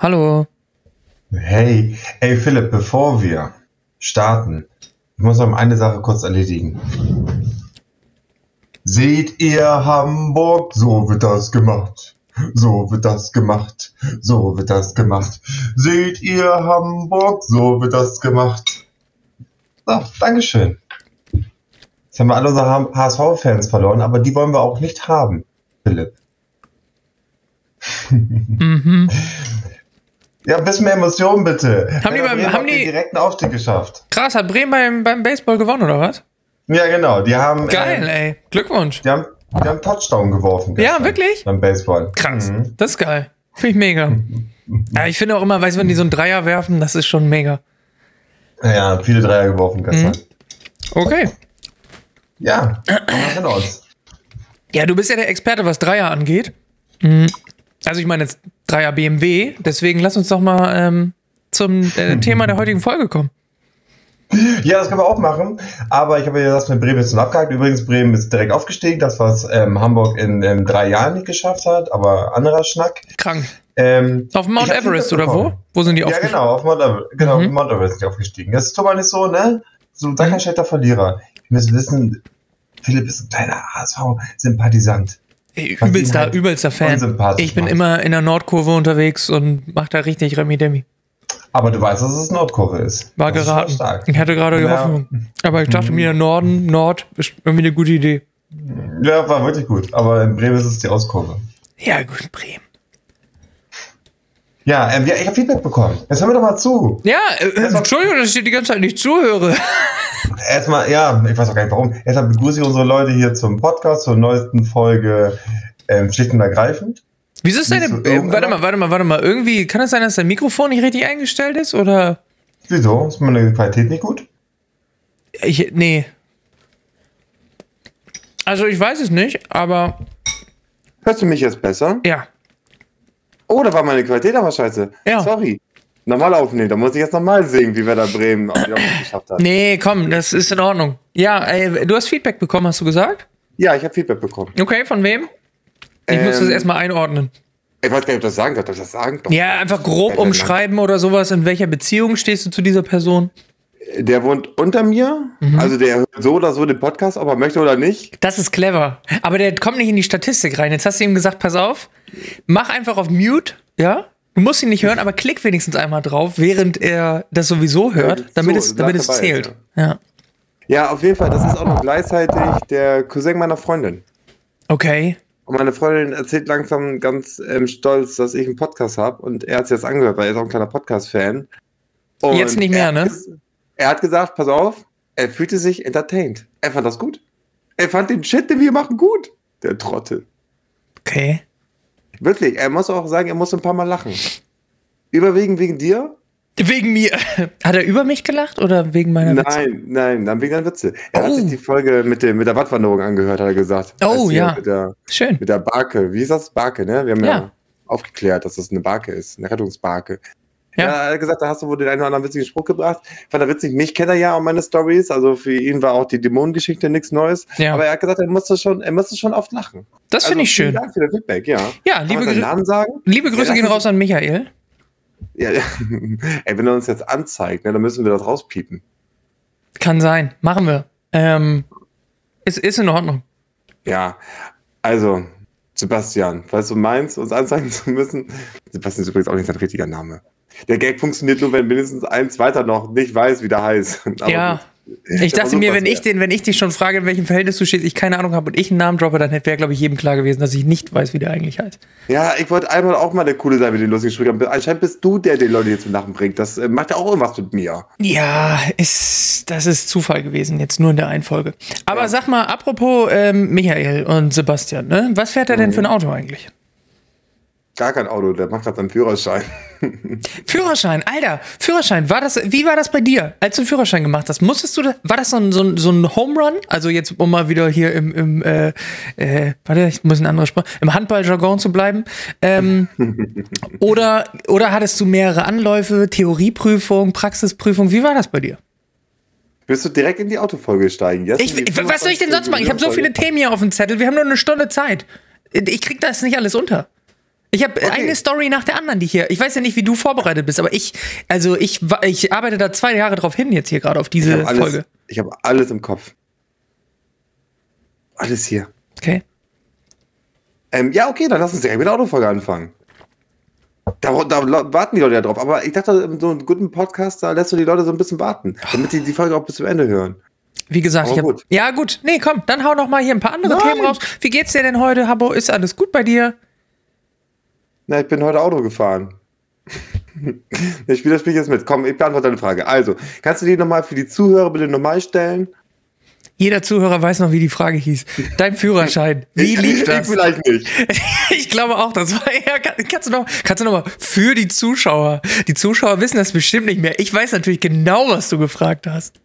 Hallo. Hey, Philipp, bevor wir starten, ich muss noch eine Sache kurz erledigen. Seht ihr Hamburg? So wird das gemacht. So wird das gemacht. So wird das gemacht. Seht ihr Hamburg? So wird das gemacht. So, Dankeschön. Jetzt haben wir alle unsere HSV-Fans verloren, aber die wollen wir auch nicht haben, Philipp. Mhm. Ja, ein bisschen mehr Emotionen bitte. Haben die den direkten Aufstieg geschafft. Krass, hat Bremen beim Baseball gewonnen, oder was? Ja, genau. Die haben. Geil, ey. Glückwunsch. Die haben Touchdown geworfen. Ja, wirklich? Beim Baseball. Krass. Das ist geil. Finde ich mega. Ja, ich finde auch immer, weißt du, wenn die so einen Dreier werfen, das ist schon mega. Ja, viele Dreier geworfen gestern. Okay. Ja, in uns. Ja, du bist ja der Experte, was Dreier angeht. Also ich meine jetzt Dreier BMW, deswegen lass uns doch mal zum Thema der heutigen Folge kommen. Ja, das können wir auch machen, aber ich habe ja das mit Bremen jetzt schon abgehakt. Übrigens, Bremen ist direkt aufgestiegen, das was Hamburg in 3 Jahren nicht geschafft hat, aber anderer Schnack. Krank. Auf Mount Everest oder wo? Wo sind die aufgestiegen? Ja, genau, auf Mount Everest, auf Mount Everest sind die aufgestiegen. Das ist doch mal nicht so, ne? So kein schlechter Verlierer. Wir müssen wissen, Philipp ist ein kleiner HSV-Sympathisant. Übelster Fan. Ich bin immer in der Nordkurve unterwegs und mach da richtig Remi-Demi. Aber du weißt, dass es Nordkurve ist. War geraten. Ich hatte gerade die Hoffnung. Aber ich dachte mir, Nord ist irgendwie eine gute Idee. Ja, war wirklich gut. Aber in Bremen ist es die Ostkurve. Ja, gut, Bremen. Ja, ich habe Feedback bekommen. Jetzt hören wir doch mal zu. Ja, Entschuldigung, dass ich dir die ganze Zeit nicht zuhöre. Erstmal, ja, ich weiß auch gar nicht warum. Erstmal begrüße ich unsere Leute hier zum Podcast, zur neuesten Folge Schlicht und Ergreifend. Wieso ist deine... Warte mal. Irgendwie, kann es sein, dass dein Mikrofon nicht richtig eingestellt ist, oder? Wieso? Ist meine Qualität nicht gut? Nee. Also, ich weiß es nicht, aber... Hörst du mich jetzt besser? Ja. Oh, da war meine Qualität aber scheiße. Ja. Sorry. Nochmal aufnehmen, da muss ich jetzt nochmal singen, wie Werder Bremen auch nicht geschafft hat. Nee, komm, das ist in Ordnung. Ja, du hast Feedback bekommen, hast du gesagt? Ja, ich habe Feedback bekommen. Okay, von wem? Ich muss das erstmal einordnen. Ich weiß gar nicht, ob das sagen darf. Darf ich das sagen? Doch. Ja, einfach grob umschreiben oder sowas. In welcher Beziehung stehst du zu dieser Person? Der wohnt unter mir. Also der hört so oder so den Podcast, ob er möchte oder nicht. Das ist clever. Aber der kommt nicht in die Statistik rein. Jetzt hast du ihm gesagt, pass auf, mach einfach auf Mute, ja? Du musst ihn nicht hören, aber klick wenigstens einmal drauf, während er das sowieso hört, damit es zählt. Ist, ja. Ja, auf jeden Fall. Das ist auch noch gleichzeitig der Cousin meiner Freundin. Okay. Und meine Freundin erzählt langsam ganz stolz, dass ich einen Podcast habe. Und er hat es jetzt angehört, weil er ist auch ein kleiner Podcast-Fan. Und jetzt nicht mehr, ne? Er hat gesagt, pass auf, er fühlte sich entertained. Er fand das gut. Er fand den Shit, den wir machen, gut. Der Trottel. Okay. Wirklich, er muss auch sagen, er muss ein paar Mal lachen. Überwiegend wegen dir? Wegen mir. Hat er über mich gelacht oder wegen meiner Witze? Nein, dann wegen deiner Witze. Er hat sich die Folge mit der Wattwanderung angehört, hat er gesagt. Oh, ja. Schön. Mit der Barke. Wie ist das? Barke, ne? Wir haben ja aufgeklärt, dass das eine Barke ist. Eine Rettungsbarke. Ja, er hat gesagt, da hast du wohl den einen oder anderen witzigen Spruch gebracht. Fand er witzig. Mich kennt er ja und meine Stories. Also für ihn war auch die Dämonengeschichte nichts Neues. Ja. Aber er hat gesagt, er musste schon oft lachen. Das finde ich schön. Vielen Dank für das Feedback, ja. Ja, liebe Grüße gehen raus an Michael. Ja. Ey, wenn er uns jetzt anzeigt, ne, dann müssen wir das rauspiepen. Kann sein. Machen wir. Ist in Ordnung. Ja, also, Sebastian, falls du meinst, uns anzeigen zu müssen. Sebastian ist übrigens auch nicht sein richtiger Name. Der Gag funktioniert nur, wenn mindestens eins weiter noch nicht weiß, wie der heißt. Aber ja. Gut. Ich dachte mir, wenn ich dich schon frage, in welchem Verhältnis du stehst, ich keine Ahnung habe und ich einen Namen droppe, dann wäre, glaube ich, jedem klar gewesen, dass ich nicht weiß, wie der eigentlich heißt. Ja, ich wollte einmal auch mal der Coole sein mit den lustigen Sprüchen. Anscheinend bist du der Leute jetzt zum Lachen bringt. Das macht ja auch irgendwas mit mir. Ja, das ist Zufall gewesen, jetzt nur in der einen Folge. Aber sag mal, apropos Michael und Sebastian, ne? Was fährt er denn für ein Auto eigentlich? Gar kein Auto, der macht gerade seinen Führerschein. Führerschein, Alter, Führerschein, wie war das bei dir, als du einen Führerschein gemacht hast? War das so ein Home Run? Also jetzt, um mal wieder hier ich muss eine andere Sprache, im Handballjargon zu bleiben. Oder hattest du mehrere Anläufe, Theorieprüfung, Praxisprüfung, wie war das bei dir? Willst du direkt in die Autofolge steigen? Was soll ich denn sonst machen? Ich habe so viele Themen hier auf dem Zettel, wir haben nur eine Stunde Zeit. Ich krieg das nicht alles unter. Ich habe eine Story nach der anderen, die hier. Ich weiß ja nicht, wie du vorbereitet bist, aber ich arbeite da 2 Jahre drauf hin jetzt hier gerade auf diese Folge. Ich habe alles im Kopf. Alles hier. Okay. Ja, okay, dann lass uns direkt mit der Autofolge anfangen. Da warten die Leute ja drauf. Aber ich dachte, in so einem guten Podcast, da lässt du die Leute so ein bisschen warten, damit die Folge auch bis zum Ende hören. Wie gesagt, ja gut. Nee, komm, dann hau noch mal hier ein paar andere Themen raus. Wie geht's dir denn heute, Habbo? Ist alles gut bei dir? Na, ich bin heute Auto gefahren. Ich spiele das Spiel jetzt mit. Komm, ich beantworte deine Frage. Also, kannst du die nochmal für die Zuhörer bitte nochmal stellen? Jeder Zuhörer weiß noch, wie die Frage hieß. Dein Führerschein. Wie lief das? Ich vielleicht nicht. Ich glaube auch, das war ja. Kannst du noch mal für die Zuschauer. Die Zuschauer wissen das bestimmt nicht mehr. Ich weiß natürlich genau, was du gefragt hast.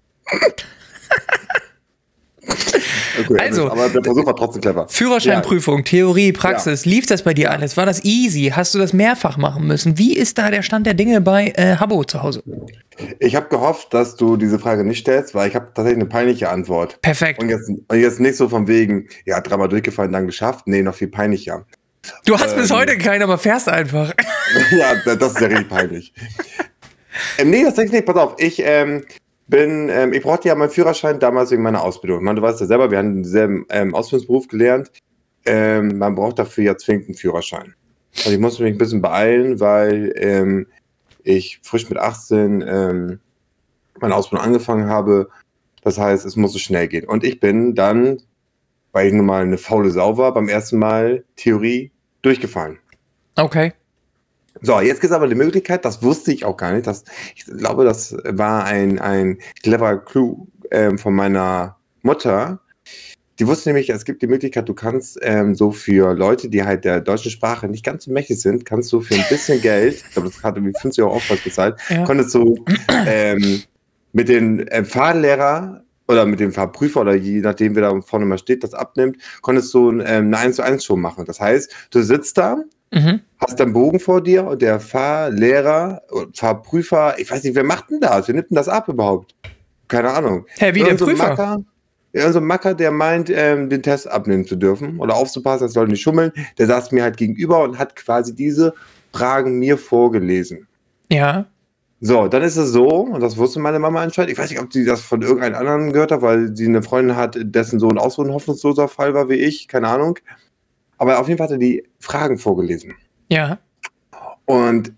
Okay, also, aber der Versuch war trotzdem clever. Führerscheinprüfung, Theorie, Praxis. Lief das bei dir alles? War das easy? Hast du das mehrfach machen müssen? Wie ist da der Stand der Dinge bei Habbo zu Hause? Ich habe gehofft, dass du diese Frage nicht stellst, weil ich habe tatsächlich eine peinliche Antwort. Perfekt. Und jetzt nicht so von wegen, ja, 3-mal durchgefallen, dann geschafft. Nee, noch viel peinlicher. Du hast bis heute keinen, aber fährst einfach. Ja, das ist ja richtig peinlich. Nee, das denke ich nicht. Pass auf, ich brauchte ja meinen Führerschein damals wegen meiner Ausbildung. Ich meine, du weißt ja selber, wir haben denselben Ausbildungsberuf gelernt. Man braucht dafür ja zwingend einen Führerschein. Also ich musste mich ein bisschen beeilen, weil ich frisch mit 18 meine Ausbildung angefangen habe. Das heißt, es musste schnell gehen. Und ich bin dann, weil ich nun mal eine faule Sau war, beim ersten Mal Theorie durchgefallen. Okay. So, jetzt gibt es aber die Möglichkeit, das wusste ich auch gar nicht. Ich glaube, das war ein cleverer Clou von meiner Mutter. Die wusste nämlich, es gibt die Möglichkeit, du kannst so für Leute, die halt der deutschen Sprache nicht ganz so mächtig sind, kannst du für ein bisschen Geld, ich glaube, das hat irgendwie 50 € Aufpreis bezahlt, konntest du mit den Fahrlehrer oder mit dem Fahrprüfer oder je nachdem, wer da vorne mal steht, das abnimmt, konntest du eine 1:1 Show machen. Das heißt, du sitzt da, hast deinen Bogen vor dir und der Fahrlehrer, Fahrprüfer, ich weiß nicht, wer macht denn das? Wer nimmt denn das ab überhaupt? Keine Ahnung. Hä, wie der Prüfer? So ein Macker, der meint, den Test abnehmen zu dürfen oder aufzupassen, das soll nicht schummeln, der saß mir halt gegenüber und hat quasi diese Fragen mir vorgelesen. Ja. So, dann ist es so, und das wusste meine Mama anscheinend, ich weiß nicht, ob sie das von irgendeinem anderen gehört hat, weil sie eine Freundin hat, dessen Sohn auch so ein hoffnungsloser Fall war wie ich, keine Ahnung. Aber auf jeden Fall hat er die Fragen vorgelesen. Ja. Und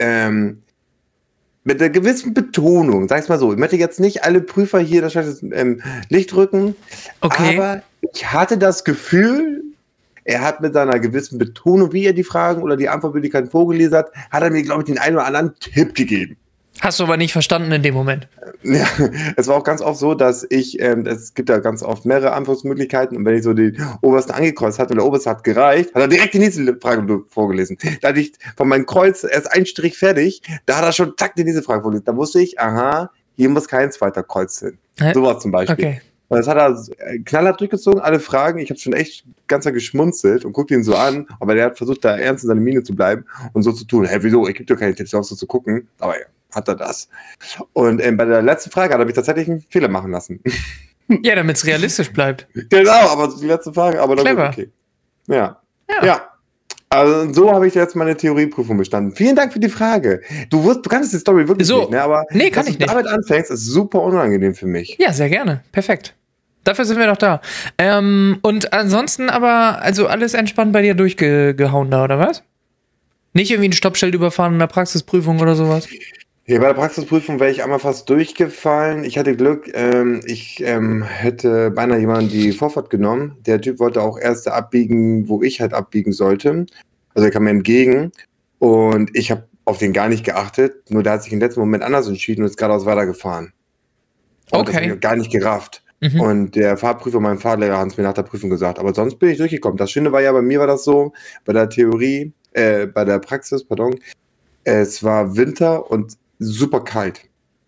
mit einer gewissen Betonung, sag ich mal so, ich möchte jetzt nicht alle Prüfer hier das Licht rücken, aber ich hatte das Gefühl, er hat mit seiner gewissen Betonung, wie er die Fragen oder die Antwortmöglichkeiten vorgelesen hat, hat er mir, glaube ich, den einen oder anderen Tipp gegeben. Hast du aber nicht verstanden in dem Moment. Ja, es war auch ganz oft so, dass es gibt da ganz oft mehrere Antwortmöglichkeiten und wenn ich so den obersten angekreuzt hatte und der oberste hat gereicht, hat er direkt die nächste Frage vorgelesen. Da hatte ich von meinem Kreuz erst einen Strich fertig, da hat er schon zack die nächste Frage vorgelesen. Da wusste ich, aha, hier muss kein zweiter Kreuz hin. Sowas zum Beispiel. Okay. Und das hat er knallhart durchgezogen, alle Fragen. Ich habe schon echt ganz geschmunzelt und guckte ihn so an, aber der hat versucht, da ernst in seiner Miene zu bleiben und so zu tun. Hey, wieso? Ich gebe dir keine Tipps, auf so zu gucken. Aber ja, hat er das. Und bei der letzten Frage hat er mich tatsächlich einen Fehler machen lassen. Ja, damit es realistisch bleibt. Genau, aber die letzte Frage, aber dann clever. Okay. Ja. Also so habe ich jetzt meine Theorieprüfung bestanden. Vielen Dank für die Frage. Du kannst die Story wirklich so, nicht, ne? Aber nee, kann ich nicht. Wenn du damit anfängst, ist super unangenehm für mich. Ja, sehr gerne. Perfekt. Dafür sind wir doch da. Und ansonsten aber, also alles entspannt bei dir durchgehauen da, oder was? Nicht irgendwie ein Stoppschild überfahren in der Praxisprüfung oder sowas? Ja, bei der Praxisprüfung wäre ich einmal fast durchgefallen. Ich hatte Glück, ich hätte beinahe jemanden die Vorfahrt genommen. Der Typ wollte auch erst da abbiegen, wo ich halt abbiegen sollte. Also er kam mir entgegen und ich habe auf den gar nicht geachtet. Nur der hat sich im letzten Moment anders entschieden und ist geradeaus weitergefahren. Und das habe ich gar nicht gerafft. Und der Fahrprüfer, mein Fahrlehrer, hat es mir nach der Prüfung gesagt. Aber sonst bin ich durchgekommen. Das Schöne war ja, bei mir war das so, bei der Theorie, bei der Praxis, es war Winter und super kalt.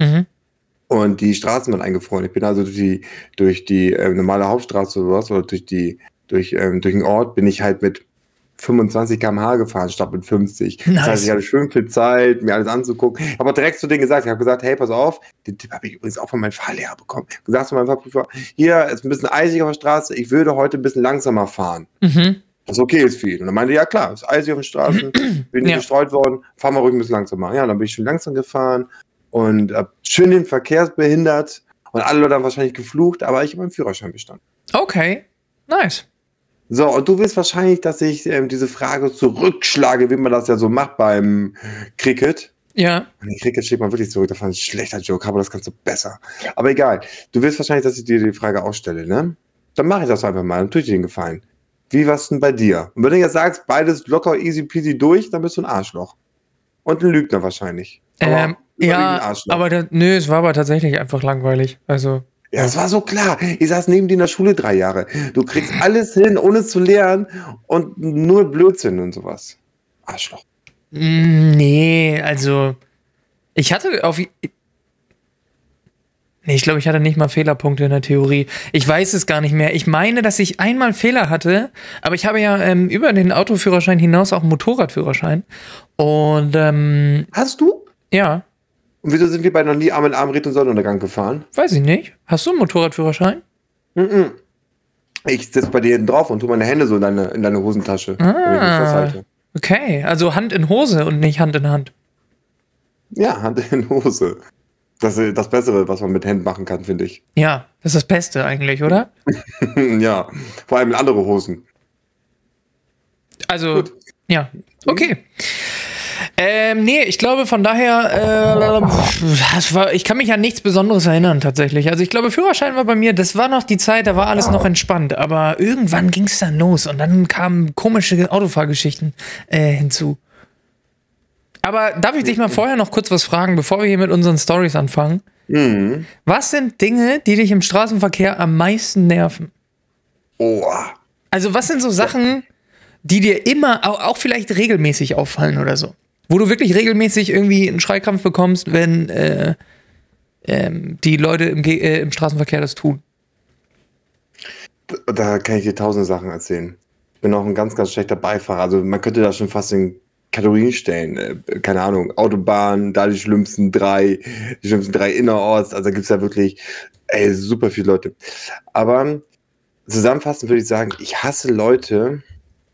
Und die Straßen waren eingefroren. Ich bin also durch die normale Hauptstraße oder was, oder durch den Ort bin ich halt mit 25 km/h gefahren, statt mit 50. Nice. Das heißt, ich hatte schön viel Zeit, mir alles anzugucken. Ich habe auch direkt zu denen gesagt, ich habe gesagt, hey, pass auf, den Tipp habe ich übrigens auch von meinem Fahrlehrer bekommen. Gesagt zu meinem Fahrprüfer, hier ist ein bisschen eisig auf der Straße, ich würde heute ein bisschen langsamer fahren. Das okay ist für ihn. Und dann meinte er, ja klar, ist eisig auf den Straßen, bin nicht gestreut worden, fahr mal ruhig ein bisschen langsamer. Ja, dann bin ich schön langsam gefahren und hab schön den Verkehr behindert und alle Leute haben wahrscheinlich geflucht, aber ich habe meinen Führerschein bestanden. Okay, nice. So, und du willst wahrscheinlich, dass ich diese Frage zurückschlage, wie man das ja so macht beim Cricket. Ja. Und Cricket schlägt man wirklich zurück, das war ein schlechter Joke, aber das kannst du besser. Aber egal, du willst wahrscheinlich, dass ich dir die Frage ausstelle, ne? Dann mache ich das einfach mal, dann tue ich dir den Gefallen. Wie war's denn bei dir? Und wenn du jetzt sagst, beides locker easy peasy durch, dann bist du ein Arschloch. Und ein Lügner wahrscheinlich. Ja, aber nö, es war aber tatsächlich einfach langweilig. Also. Ja, das war so klar. Ich saß neben dir in der Schule 3 Jahre. Du kriegst alles hin, ohne es zu lernen und nur Blödsinn und sowas. Arschloch. Nee, also ich hatte ich glaube, ich hatte nicht mal Fehlerpunkte in der Theorie. Ich weiß es gar nicht mehr. Ich meine, dass ich einmal Fehler hatte, aber ich habe ja über den Autoführerschein hinaus auch einen Motorradführerschein. Und hast du? Ja. Und wieso sind wir beide noch nie Arm in Arm Ritt- und Sonnenuntergang gefahren? Weiß ich nicht. Hast du einen Motorradführerschein? Ich sitze bei dir hinten drauf und tue meine Hände so in deine Hosentasche. Okay, also Hand in Hose und nicht Hand in Hand. Ja, Hand in Hose. Das ist das Bessere, was man mit Händen machen kann, finde ich. Ja, das ist das Beste eigentlich, oder? Ja, vor allem in andere Hosen. Also, gut. Ja, okay. Nee, ich glaube von daher, ich kann mich an nichts Besonderes erinnern tatsächlich. Also ich glaube, Führerschein war bei mir, das war noch die Zeit, da war alles noch entspannt. Aber irgendwann ging es dann los und dann kamen komische Autofahrgeschichten hinzu. Aber darf ich dich mal vorher noch kurz was fragen, bevor wir hier mit unseren Storys anfangen? Mhm. Was sind Dinge, die dich im Straßenverkehr am meisten nerven? Oh. Also was sind so Sachen, die dir immer, auch vielleicht regelmäßig auffallen oder so? Wo du wirklich regelmäßig irgendwie einen Schreikrampf bekommst, wenn die Leute im Straßenverkehr das tun. Da kann ich dir 1000 Sachen erzählen. Ich bin auch ein ganz, ganz schlechter Beifahrer. Also man könnte da schon fast in Kategorien stellen. Keine Ahnung, Autobahn, da die schlimmsten drei innerorts. Also da gibt es ja wirklich super viele Leute. Aber zusammenfassend würde ich sagen, ich hasse Leute,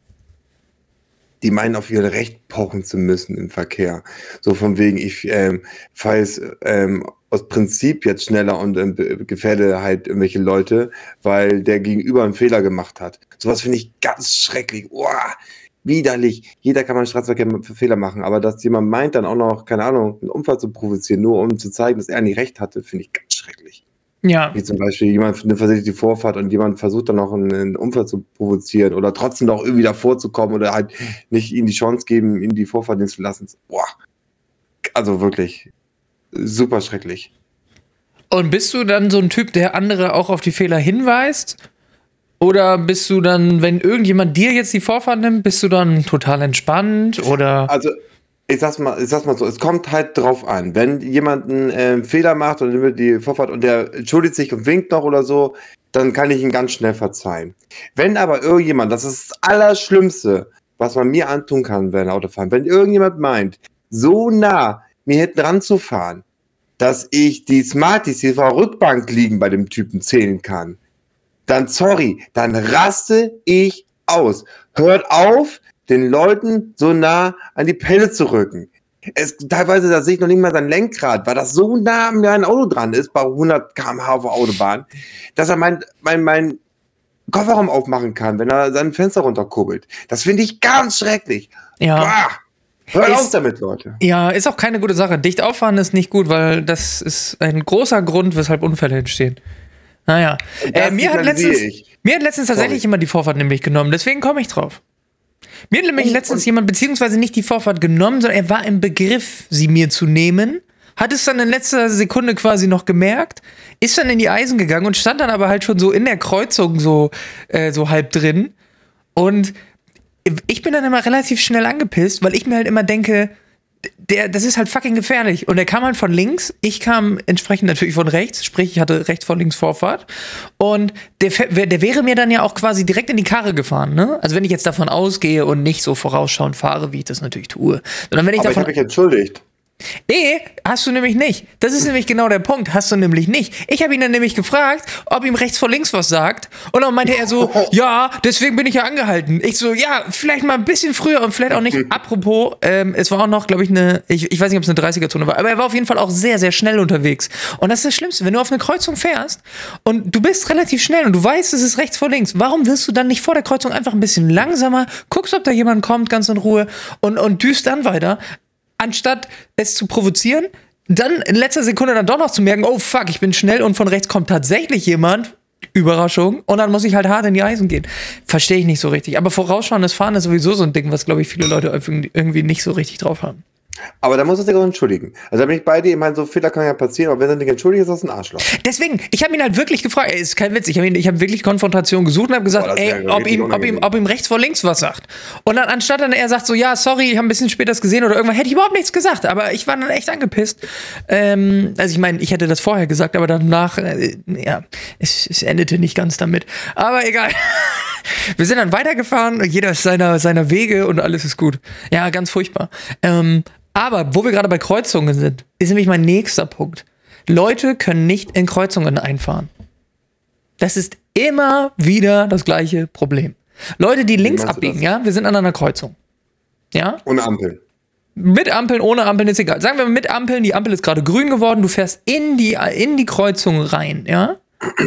die meinen, auf ihr Recht pochen zu müssen im Verkehr. So von wegen, ich fahre jetzt aus Prinzip jetzt schneller und gefährde halt irgendwelche Leute, weil der Gegenüber einen Fehler gemacht hat. Sowas finde ich ganz schrecklich. Widerlich. Jeder kann mal einen Straßenverkehr Fehler machen, aber dass jemand meint, dann auch noch, keine Ahnung, einen Unfall zu provozieren, nur um zu zeigen, dass er nicht recht hatte, finde ich ganz schrecklich. Ja. Wie zum Beispiel jemand versehrt die Vorfahrt und jemand versucht dann noch einen Unfall zu provozieren oder trotzdem noch irgendwie davor zu kommen oder halt nicht ihm die Chance geben, ihm die Vorfahrt nehmen zu lassen. Also wirklich super schrecklich. Und bist du dann so ein Typ, der andere auch auf die Fehler hinweist? Oder bist du dann, wenn irgendjemand dir jetzt die Vorfahrt nimmt, bist du dann total entspannt? Oder? Also ich sag's mal so, es kommt halt drauf an. Wenn jemand einen Fehler macht und nimmt die Vorfahrt und der entschuldigt sich und winkt noch oder so, dann kann ich ihn ganz schnell verzeihen. Wenn aber irgendjemand, das ist das Allerschlimmste, was man mir antun kann während Autofahren, wenn irgendjemand meint, so nah mir hinten ranzufahren, dass ich die Smarties, die auf der Rückbank liegen, bei dem Typen zählen kann, dann dann raste ich aus. Hört auf, den Leuten so nah an die Pelle zu rücken. Teilweise, da sehe ich noch nicht mal sein Lenkrad, weil das so nah an ein Auto dran ist, bei 100 km/h auf der Autobahn, dass er mein Kofferraum aufmachen kann, wenn er sein Fenster runterkurbelt. Das finde ich ganz schrecklich. Ja. Hört auf damit, Leute. Ja, ist auch keine gute Sache. Dicht auffahren ist nicht gut, weil das ist ein großer Grund, weshalb Unfälle entstehen. Naja. Mir hat letztens tatsächlich jemand die Vorfahrt nämlich genommen, deswegen komme ich drauf. Mir hat nämlich letztens jemand, beziehungsweise nicht die Vorfahrt genommen, sondern er war im Begriff, sie mir zu nehmen, hat es dann in letzter Sekunde quasi noch gemerkt, ist dann in die Eisen gegangen und stand dann aber halt schon so in der Kreuzung so halb drin. Und ich bin dann immer relativ schnell angepisst, weil ich mir halt immer denke, das ist halt fucking gefährlich. Und er kam halt von links, ich kam entsprechend natürlich von rechts, sprich, ich hatte rechts vor links Vorfahrt. Und der wäre mir dann ja auch quasi direkt in die Karre gefahren, ne? Also wenn ich jetzt davon ausgehe und nicht so vorausschauend fahre, wie ich das natürlich tue. Sondern wenn ich aber ich habe mich entschuldigt. Nee, hast du nämlich nicht. Das ist nämlich genau der Punkt. Hast du nämlich nicht. Ich habe ihn dann nämlich gefragt, ob ihm rechts vor links was sagt. Und dann meinte er so, ja, deswegen bin ich ja angehalten. Ich so, ja, vielleicht mal ein bisschen früher und vielleicht auch nicht. Apropos, es war auch noch, glaube ich, ich weiß nicht, ob es eine 30er-Zone war, aber er war auf jeden Fall auch sehr, sehr schnell unterwegs. Und das ist das Schlimmste, wenn du auf eine Kreuzung fährst und du bist relativ schnell und du weißt, es ist rechts vor links. Warum wirst du dann nicht vor der Kreuzung einfach ein bisschen langsamer, guckst, ob da jemand kommt, ganz in Ruhe und düst dann weiter? Anstatt es zu provozieren, dann in letzter Sekunde dann doch noch zu merken, oh fuck, ich bin schnell und von rechts kommt tatsächlich jemand, Überraschung, und dann muss ich halt hart in die Eisen gehen. Verstehe ich nicht so richtig. Aber vorausschauendes Fahren ist sowieso so ein Ding, was, glaube ich, viele Leute irgendwie nicht so richtig drauf haben. Aber da muss er sich auch entschuldigen. Also da bin ich bei dir, ich meine, so Fehler kann ja passieren, aber wenn er nicht entschuldigt, ist das ein Arschloch. Deswegen, ich habe ihn halt wirklich gefragt, ist kein Witz, ich habe wirklich Konfrontation gesucht und habe gesagt, ob ihm rechts vor links was sagt. Und dann anstatt dann er sagt so, ja, sorry, ich habe ein bisschen später das gesehen oder irgendwann, hätte ich überhaupt nichts gesagt, aber ich war dann echt angepisst. Also ich meine, ich hätte das vorher gesagt, aber danach, es endete nicht ganz damit. Aber egal. Wir sind dann weitergefahren, jeder ist seiner Wege und alles ist gut. Ja, ganz furchtbar. Aber wo wir gerade bei Kreuzungen sind, ist nämlich mein nächster Punkt. Leute können nicht in Kreuzungen einfahren. Das ist immer wieder das gleiche Problem. Leute, die links abbiegen, ja, wir sind an einer Kreuzung. Ja? Ohne Ampeln. Mit Ampeln, ohne Ampeln ist egal. Sagen wir mal mit Ampeln, die Ampel ist gerade grün geworden, du fährst in die Kreuzung rein, ja?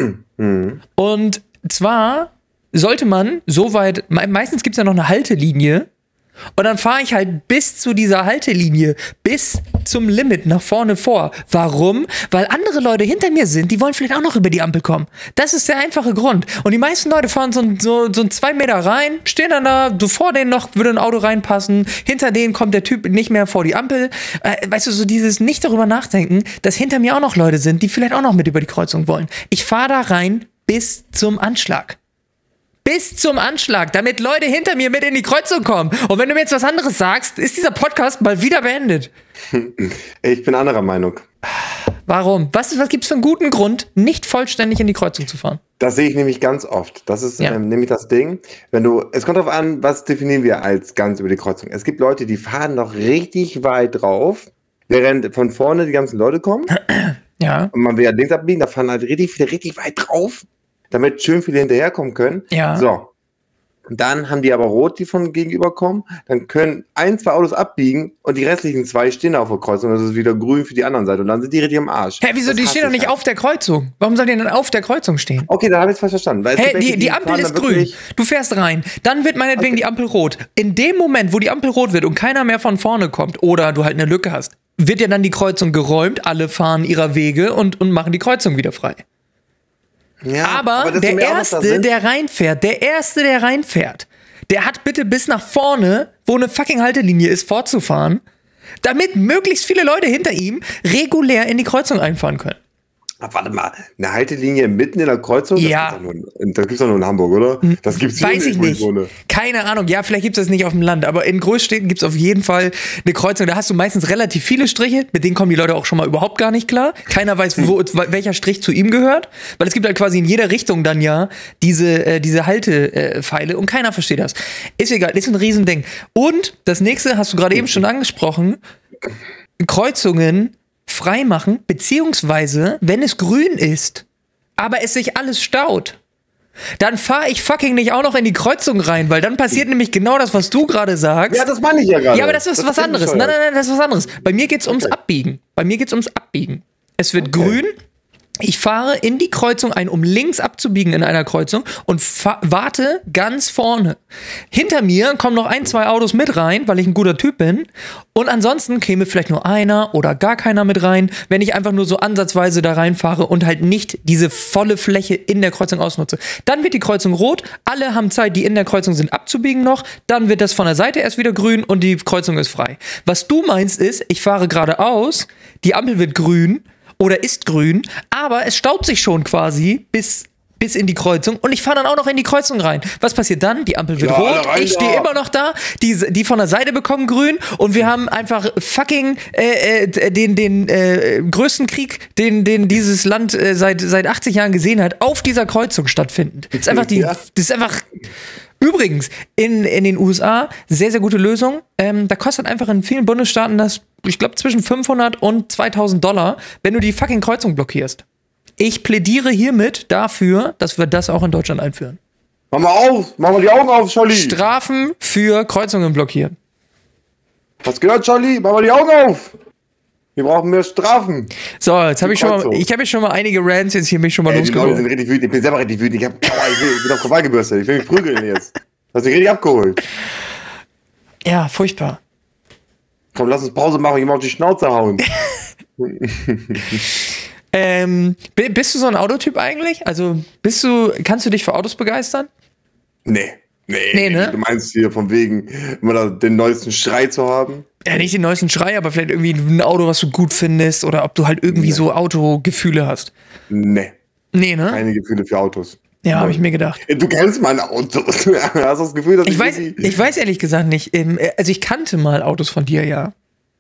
Und zwar sollte man so weit, meistens gibt es ja noch eine Haltelinie, und dann fahre ich halt bis zu dieser Haltelinie, bis zum Limit nach vorne vor. Warum? Weil andere Leute hinter mir sind, die wollen vielleicht auch noch über die Ampel kommen. Das ist der einfache Grund. Und die meisten Leute fahren so 2 Meter rein, stehen dann da, so vor denen noch würde ein Auto reinpassen, hinter denen kommt der Typ nicht mehr vor die Ampel. Weißt du, so dieses nicht darüber nachdenken, dass hinter mir auch noch Leute sind, die vielleicht auch noch mit über die Kreuzung wollen. Ich fahre da rein bis zum Anschlag. Bis zum Anschlag, damit Leute hinter mir mit in die Kreuzung kommen. Und wenn du mir jetzt was anderes sagst, ist dieser Podcast mal wieder beendet. Ich bin anderer Meinung. Warum? Was gibt's für einen guten Grund, nicht vollständig in die Kreuzung zu fahren? Das sehe ich nämlich ganz oft. Das ist nämlich das Ding. Es kommt darauf an, was definieren wir als ganz über die Kreuzung. Es gibt Leute, die fahren noch richtig weit drauf, während von vorne die ganzen Leute kommen. Ja. Und man will ja links abbiegen, da fahren halt richtig viele richtig weit drauf, damit schön viele hinterherkommen können. Ja. So. Dann haben die aber rot, die von gegenüber kommen. Dann können 1, 2 Autos abbiegen und die restlichen 2 stehen auf der Kreuzung. Das ist wieder grün für die anderen Seite. Und dann sind die richtig am Arsch. Hä, wieso? Die stehen doch nicht auf der Kreuzung. Warum sollen die denn auf der Kreuzung stehen? Okay, dann habe ich es falsch verstanden. Weil die Ampel ist grün. Du fährst rein. Dann wird meinetwegen die Ampel rot. In dem Moment, wo die Ampel rot wird und keiner mehr von vorne kommt oder du halt eine Lücke hast, wird ja dann die Kreuzung geräumt. Alle fahren ihrer Wege und machen die Kreuzung wieder frei. Ja, aber der Erste, der reinfährt, der hat bitte bis nach vorne, wo eine fucking Haltelinie ist, fortzufahren, damit möglichst viele Leute hinter ihm regulär in die Kreuzung einfahren können. Ach, warte mal, eine Haltelinie mitten in der Kreuzung? Ja. Das gibt's doch nur in Hamburg, oder? Das gibt's hier Weiß ich nicht. Keine Ahnung. Ja, vielleicht gibt's das nicht auf dem Land, aber in Großstädten gibt's auf jeden Fall eine Kreuzung. Da hast du meistens relativ viele Striche, mit denen kommen die Leute auch schon mal überhaupt gar nicht klar. Keiner weiß, welcher Strich zu ihm gehört, weil es gibt halt quasi in jeder Richtung dann ja diese Haltepfeile und keiner versteht das. Ist egal, ist ein Riesending. Und das nächste hast du gerade eben schon angesprochen, Kreuzungen freimachen, beziehungsweise, wenn es grün ist, aber es sich alles staut, dann fahre ich fucking nicht auch noch in die Kreuzung rein, weil dann passiert nämlich genau das, was du gerade sagst. Ja, das meine ich ja gerade. Ja, aber das ist was anderes. Nein, das ist was anderes. Bei mir geht's ums Abbiegen. Es wird grün. Ich fahre in die Kreuzung ein, um links abzubiegen in einer Kreuzung und warte ganz vorne. Hinter mir kommen noch 1, 2 Autos mit rein, weil ich ein guter Typ bin. Und ansonsten käme vielleicht nur einer oder gar keiner mit rein, wenn ich einfach nur so ansatzweise da reinfahre und halt nicht diese volle Fläche in der Kreuzung ausnutze. Dann wird die Kreuzung rot, alle haben Zeit, die in der Kreuzung sind, abzubiegen noch. Dann wird das von der Seite erst wieder grün und die Kreuzung ist frei. Was du meinst ist, ich fahre geradeaus, die Ampel wird grün, oder ist grün, aber es staut sich schon quasi bis in die Kreuzung und ich fahre dann auch noch in die Kreuzung rein. Was passiert dann? Die Ampel wird rot, ich stehe immer noch da, die von der Seite bekommen grün und wir haben einfach fucking den größten Krieg, den dieses Land seit 80 Jahren gesehen hat, auf dieser Kreuzung stattfindend. Das ist einfach Übrigens, in den USA, sehr, sehr gute Lösung. Da kostet einfach in vielen Bundesstaaten das, ich glaube, zwischen 500 und $2.000, wenn du die fucking Kreuzung blockierst. Ich plädiere hiermit dafür, dass wir das auch in Deutschland einführen. Mach mal auf, mach mal die Augen auf, Scholli. Strafen für Kreuzungen blockieren. Hast gehört, Scholli? Mach mal die Augen auf. Wir brauchen mehr Strafen. So, jetzt habe ich schon mal einige Rants, jetzt hier mich schon mal Die Leute losgeworden. sind richtig wütend, ich bin selber richtig wütend. Ich bin auf Krawall gebürstet, ich will mich prügeln jetzt. Du hast dich richtig abgeholt. Ja, furchtbar. Komm, lass uns Pause machen, ich mal auf die Schnauze hauen. Bist du so ein Autotyp eigentlich? Also kannst du dich für Autos begeistern? Nee, ne? Du meinst hier von wegen, immer da den neuesten Schrei zu haben? Ja, nicht den neuesten Schrei, aber vielleicht irgendwie ein Auto, was du gut findest oder ob du halt irgendwie so Autogefühle hast. Nee, ne? keine Gefühle für Autos. Ja, habe ich mir gedacht. Du kennst meine Autos. Hast du das Gefühl, dass ich weiß ehrlich gesagt nicht. Also ich kannte mal Autos von dir, ja.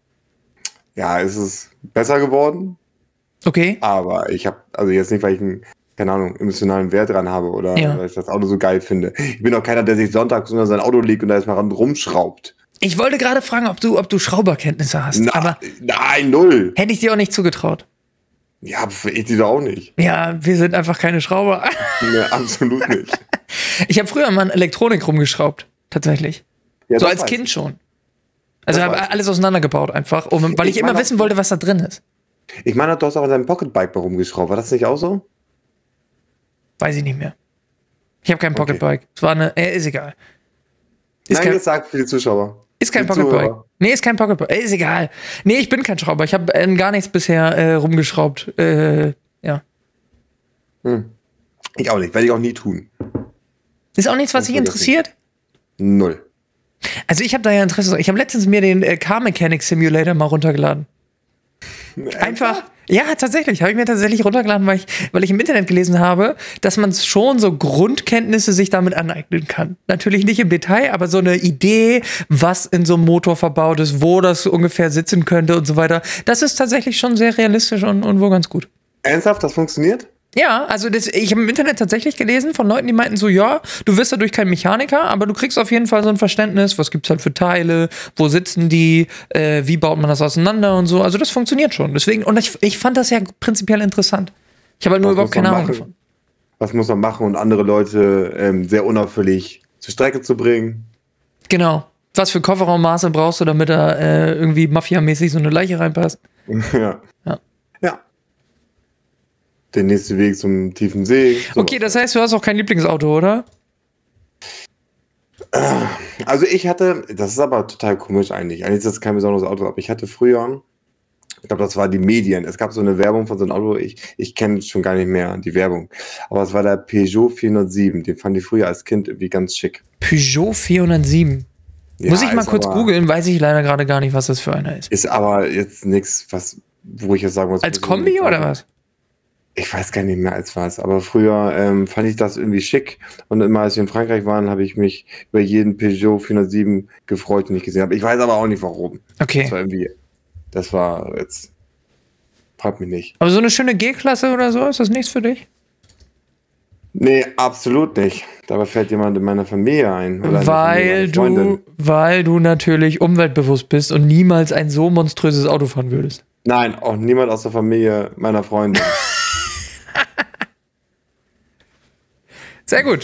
Ja, es ist besser geworden. Okay. Aber ich habe, also jetzt nicht, weil ich einen, keine Ahnung, emotionalen Wert dran habe oder weil ich das Auto so geil finde. Ich bin auch keiner, der sich sonntags unter sein Auto legt und da erstmal rumschraubt. Ich wollte gerade fragen, ob du Schrauberkenntnisse hast. Nein, null. Hätte ich dir auch nicht zugetraut. Ja, ich dir auch nicht. Ja, wir sind einfach keine Schrauber. Nee, absolut nicht. Ich habe früher mal an Elektronik rumgeschraubt, tatsächlich. Ja, so als Kind schon. Also habe alles auseinandergebaut einfach, weil ich immer wissen wollte, was da drin ist. Ich meine, du hast auch an deinem Pocketbike rumgeschraubt. War das nicht auch so? Weiß ich nicht mehr. Ich habe kein Pocketbike. Es war ist egal. Jetzt sag für die Zuschauer. Ist kein Pocketbike. Nee, ist kein Pocketbike. Ist egal. Nee, ich bin kein Schrauber. Ich habe gar nichts bisher rumgeschraubt. Ja. Ich auch nicht. Werde ich auch nie tun. Ist auch nichts, was dich interessiert? Null. Also ich habe da ja Interesse. Ich habe letztens mir den Car Mechanic Simulator mal runtergeladen. Einfach. Ja, tatsächlich. Habe ich mir tatsächlich runtergeladen, weil ich im Internet gelesen habe, dass man schon so Grundkenntnisse sich damit aneignen kann. Natürlich nicht im Detail, aber so eine Idee, was in so einem Motor verbaut ist, wo das ungefähr sitzen könnte und so weiter. Das ist tatsächlich schon sehr realistisch und wohl ganz gut. Ernsthaft? Das funktioniert? Ja, also ich habe im Internet tatsächlich gelesen von Leuten, die meinten so, ja, du wirst dadurch kein Mechaniker, aber du kriegst auf jeden Fall so ein Verständnis, was gibt's halt für Teile, wo sitzen die, wie baut man das auseinander und so. Also das funktioniert schon. Deswegen, und ich fand das ja prinzipiell interessant. Ich habe halt nur überhaupt keine Ahnung davon. Was muss man machen, um andere Leute sehr unauffällig zur Strecke zu bringen? Genau. Was für Kofferraummaße brauchst du, damit da irgendwie mafiamäßig so eine Leiche reinpasst? Ja. Der nächste Weg zum tiefen See. So. Okay, das heißt, du hast auch kein Lieblingsauto, oder? Also ich hatte, das ist aber total komisch eigentlich. Eigentlich ist das kein besonderes Auto, aber ich hatte früher, ich glaube, das war die Medien. Es gab so eine Werbung von so einem Auto, ich kenne schon gar nicht mehr die Werbung. Aber es war der Peugeot 407. Den fand ich früher als Kind irgendwie ganz schick. Peugeot 407? Ja, muss ich mal kurz googeln, weiß ich leider gerade gar nicht, was das für einer ist. Ist aber jetzt nichts, wo ich jetzt sagen muss. Als Kombi oder was? Ich weiß gar nicht mehr als was, aber früher fand ich das irgendwie schick und immer als wir in Frankreich waren, habe ich mich über jeden Peugeot 407 gefreut, den ich gesehen habe. Ich weiß aber auch nicht warum. Okay. Das war jetzt, frag mich nicht. Aber so eine schöne G-Klasse oder so, ist das nichts für dich? Nee, absolut nicht. Dabei fällt jemand in meiner Familie ein. Oder weil du natürlich umweltbewusst bist und niemals ein so monströses Auto fahren würdest. Nein, auch niemand aus der Familie meiner Freundin. Sehr gut.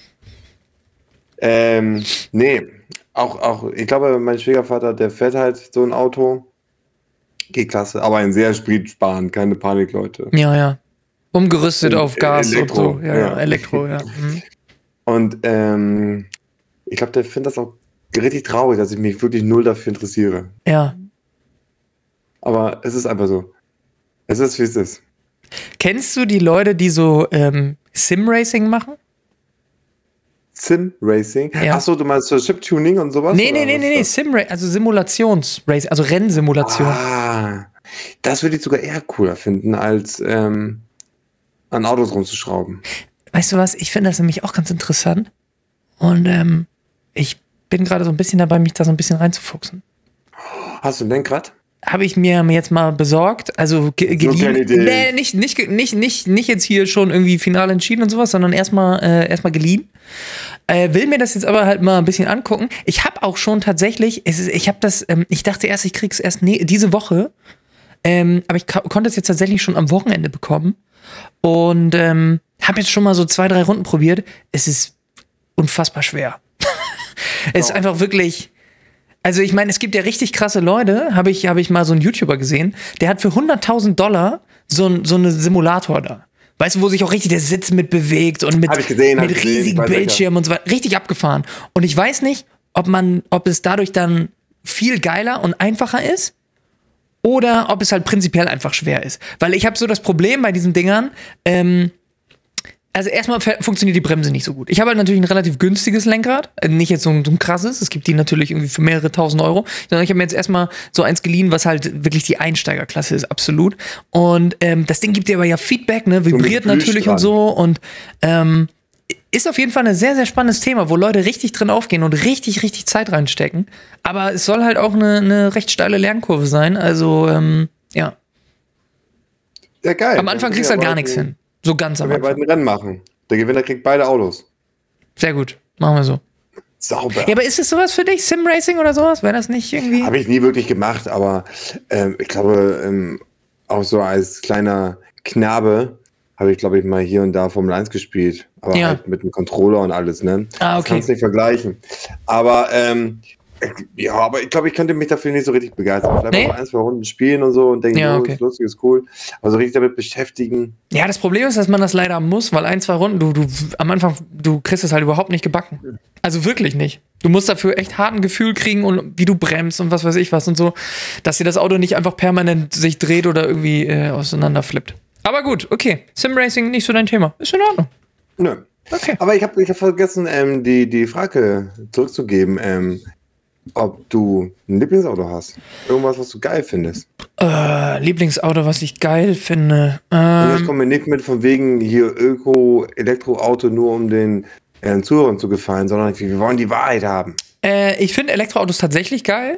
Nee, auch, ich glaube, mein Schwiegervater, der fährt halt so ein Auto. G-Klasse, aber ein sehr spritsparend, keine Panik, Leute. Ja. Umgerüstet auf Gas Elektro, und so. Ja, Elektro, ja. Mhm. Und ich glaube, der findet das auch richtig traurig, dass ich mich wirklich null dafür interessiere. Ja. Aber es ist einfach so. Es ist, wie es ist. Kennst du die Leute, die so Sim-Racing machen? Sim-Racing? Ja. Achso, du meinst so Chip-Tuning und sowas? Nee, Sim-Racing, also Simulations-Racing, also Rennsimulation. Das würde ich sogar eher cooler finden, als an Autos rumzuschrauben. Weißt du was, ich finde das nämlich auch ganz interessant und ich bin gerade so ein bisschen dabei, mich da so ein bisschen reinzufuchsen. Hast du ein Lenkrad? habe ich mir jetzt mal besorgt. Also geliehen. Nee, nicht jetzt hier schon irgendwie final entschieden und sowas, sondern erstmal geliehen. Will mir das jetzt aber halt mal ein bisschen angucken. Ich habe auch schon tatsächlich, ich dachte erst, ich krieg's erst diese Woche. Aber ich konnte es jetzt tatsächlich schon am Wochenende bekommen. Und habe jetzt schon mal so 2-3 Runden probiert. Es ist unfassbar schwer. Es ist einfach wirklich. Also ich meine, es gibt ja richtig krasse Leute, habe ich mal so einen YouTuber gesehen, der hat für $100.000 so eine Simulator da. Weißt du, wo sich auch richtig der Sitz mit bewegt und mit riesigen Bildschirmen und so weiter. Richtig abgefahren. Und ich weiß nicht, ob es dadurch dann viel geiler und einfacher ist oder ob es halt prinzipiell einfach schwer ist. Weil ich habe so das Problem bei diesen Dingern, also erstmal funktioniert die Bremse nicht so gut. Ich habe halt natürlich ein relativ günstiges Lenkrad, nicht jetzt so ein krasses, es gibt die natürlich irgendwie für mehrere tausend Euro, sondern ich habe mir jetzt erstmal so eins geliehen, was halt wirklich die Einsteigerklasse ist, absolut. Und das Ding gibt dir aber ja Feedback, ne, vibriert natürlich und so und ist auf jeden Fall ein sehr, sehr spannendes Thema, wo Leute richtig drin aufgehen und richtig, richtig Zeit reinstecken. Aber es soll halt auch eine recht steile Lernkurve sein, also ja. Ja, geil. Am Anfang kriegst du halt gar nichts hin. So ganz am Anfang. Wir beiden Rennen machen. Der Gewinner kriegt beide Autos. Sehr gut. Machen wir so. Sauber. Ja, aber ist es sowas für dich? Sim-Racing oder sowas? Wäre das nicht irgendwie? Habe ich nie wirklich gemacht, aber ich glaube, auch so als kleiner Knabe habe ich, glaube ich, mal hier und da Formel 1 gespielt. Aber halt mit einem Controller und alles, ne? Ah, okay. Das kannst du nicht vergleichen. Aber ja, aber ich glaube, ich könnte mich dafür nicht so richtig begeistern. Vielleicht mal 1-2 Runden spielen und so und denken, ist lustig, ist cool. Aber so richtig damit beschäftigen. Ja, das Problem ist, dass man das leider muss, weil 1-2 Runden, du am Anfang, du kriegst es halt überhaupt nicht gebacken. Also wirklich nicht. Du musst dafür echt hart ein Gefühl kriegen und wie du bremst und was weiß ich was und so, dass dir das Auto nicht einfach permanent sich dreht oder irgendwie auseinanderflippt. Aber gut, okay. Sim-Racing nicht so dein Thema. Ist in Ordnung. Nö. Okay. Aber ich hab vergessen, die Frage zurückzugeben, ob du ein Lieblingsauto hast. Irgendwas, was du geil findest. Lieblingsauto, was ich geil finde. Und jetzt kommen wir nicht mit von wegen hier Elektroauto nur um den Zuhörern zu gefallen, sondern wir wollen die Wahrheit haben. Ich finde Elektroautos tatsächlich geil.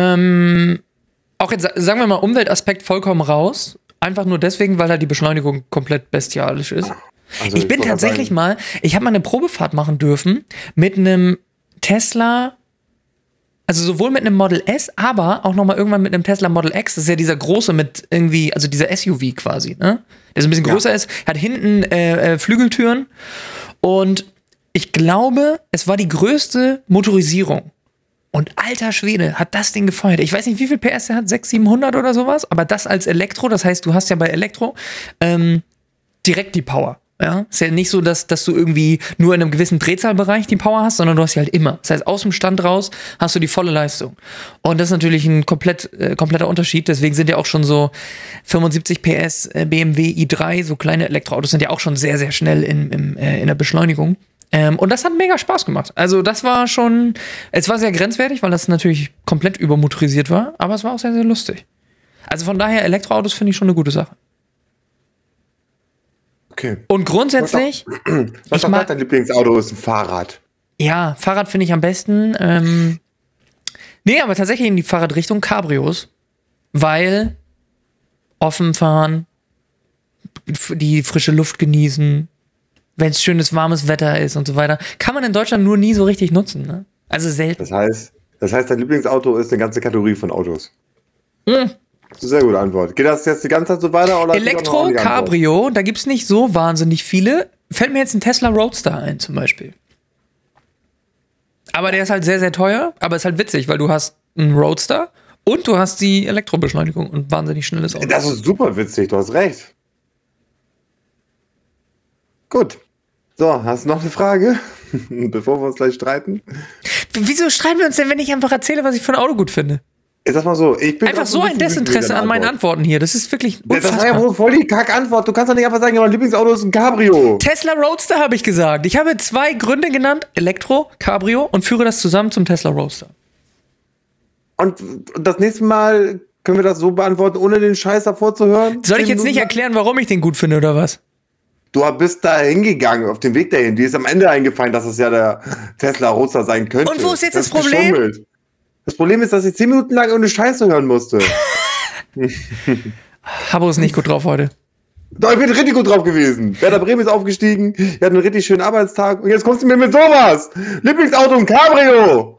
Auch jetzt, sagen wir mal, Umweltaspekt vollkommen raus. Einfach nur deswegen, weil halt die Beschleunigung komplett bestialisch ist. Also ich bin tatsächlich ich habe mal eine Probefahrt machen dürfen mit einem Tesla. Also sowohl mit einem Model S, aber auch nochmal irgendwann mit einem Tesla Model X. Das ist ja dieser große mit irgendwie, also dieser SUV quasi, ne? Der so ein bisschen größer ist, hat hinten Flügeltüren. Und ich glaube, es war die größte Motorisierung. Und alter Schwede, hat das Ding gefeuert. Ich weiß nicht, wie viel PS der hat, 600, 700 oder sowas. Aber das als Elektro, das heißt, du hast ja bei Elektro direkt die Power. Ja, ist ja nicht so, dass du irgendwie nur in einem gewissen Drehzahlbereich die Power hast, sondern du hast sie halt immer. Das heißt, aus dem Stand raus hast du die volle Leistung. Und das ist natürlich ein kompletter Unterschied. Deswegen sind ja auch schon so 75 PS BMW i3, so kleine Elektroautos, sind ja auch schon sehr, sehr schnell in der Beschleunigung. Und das hat mega Spaß gemacht. Also das war schon, es war sehr grenzwertig, weil das natürlich komplett übermotorisiert war, aber es war auch sehr, sehr lustig. Also von daher, Elektroautos finde ich schon eine gute Sache. Okay. Und grundsätzlich. Was dein Lieblingsauto ist? Ein Fahrrad. Ja, Fahrrad finde ich am besten. Nee, aber tatsächlich in die Fahrradrichtung Cabrios. Weil offen fahren, die frische Luft genießen, wenn es schönes, warmes Wetter ist und so weiter. Kann man in Deutschland nur nie so richtig nutzen, ne? Also selten. Das heißt, dein Lieblingsauto ist eine ganze Kategorie von Autos. Mhm. Das ist eine sehr gute Antwort. Geht das jetzt die ganze Zeit so weiter? Oder Elektro, Cabrio, da gibt's nicht so wahnsinnig viele. Fällt mir jetzt ein Tesla Roadster ein, zum Beispiel. Aber der ist halt sehr, sehr teuer. Aber ist halt witzig, weil du hast einen Roadster und du hast die Elektrobeschleunigung und wahnsinnig schnelles Auto. Das ist super witzig, du hast recht. Gut. So, hast du noch eine Frage? Bevor wir uns gleich streiten? Wieso streiten wir uns denn, wenn ich einfach erzähle, was ich für ein Auto gut finde? Ich sag mal so, ich bin einfach so ein Desinteresse an meinen Antworten hier. Das ist wirklich unfassbar. Das war ja wohl voll die Kack-Antwort. Du kannst doch nicht einfach sagen, mein Lieblingsauto ist ein Cabrio. Tesla Roadster habe ich gesagt. Ich habe 2 Gründe genannt, Elektro, Cabrio, und führe das zusammen zum Tesla Roadster. Und das nächste Mal können wir das so beantworten, ohne den Scheiß davor zu hören? Soll ich jetzt nicht erklären, warum ich den gut finde, oder was? Du bist da hingegangen, auf dem Weg dahin. Die ist am Ende eingefallen, dass es ja der Tesla Roadster sein könnte. Und wo ist jetzt das Problem? Das Problem ist, dass ich 10 Minuten lang irgendeine Scheiße hören musste. Habbo ist nicht gut drauf heute. Doch, ich bin richtig gut drauf gewesen. Werder Bremen ist aufgestiegen, wir hatten einen richtig schönen Arbeitstag und jetzt kommst du mir mit sowas. Lieblingsauto und Cabrio.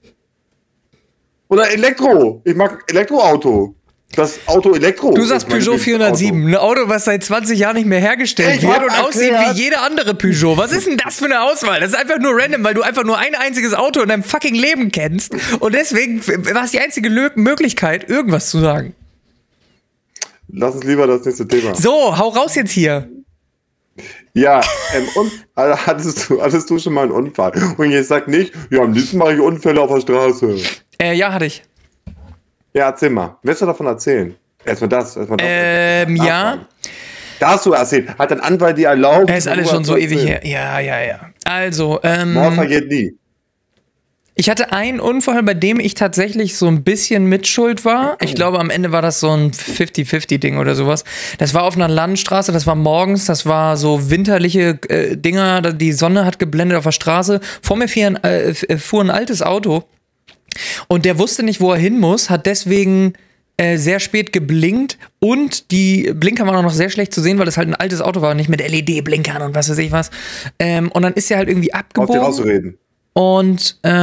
Oder Elektro. Ich mag Elektroauto. Das Auto Elektro. Du sagst Peugeot 407, ein Auto, was seit 20 Jahren nicht mehr hergestellt wird und aussieht wie jede andere Peugeot. Was ist denn das für eine Auswahl? Das ist einfach nur random, weil du einfach nur ein einziges Auto in deinem fucking Leben kennst und deswegen war es die einzige Möglichkeit, irgendwas zu sagen. Lass uns lieber das nächste Thema. So, hau raus jetzt hier. Ja, und hattest du schon mal einen Unfall? Und jetzt sag nicht, ja, am liebsten mache ich Unfälle auf der Straße. Ja, hatte ich. Ja, erzähl mal. Willst du davon erzählen? Erstmal das. Ja. Da hast du erzählt. Hat dein Anwalt dir erlaubt? Er ist alles schon so ewig her. Ja. Also, Mord vergeht nie. Ich hatte einen Unfall, bei dem ich tatsächlich so ein bisschen Mitschuld war. Ich glaube, am Ende war das so ein 50-50-Ding oder sowas. Das war auf einer Landstraße, das war morgens, das war so winterliche Dinger, die Sonne hat geblendet auf der Straße. Vor mir fuhr ein altes Auto und der wusste nicht, wo er hin muss, hat deswegen sehr spät geblinkt und die Blinker waren auch noch sehr schlecht zu sehen, weil das halt ein altes Auto war, nicht mit LED-Blinkern und was weiß ich was. Und dann ist er halt irgendwie abgebogen. Auf dir rauszureden. Und ich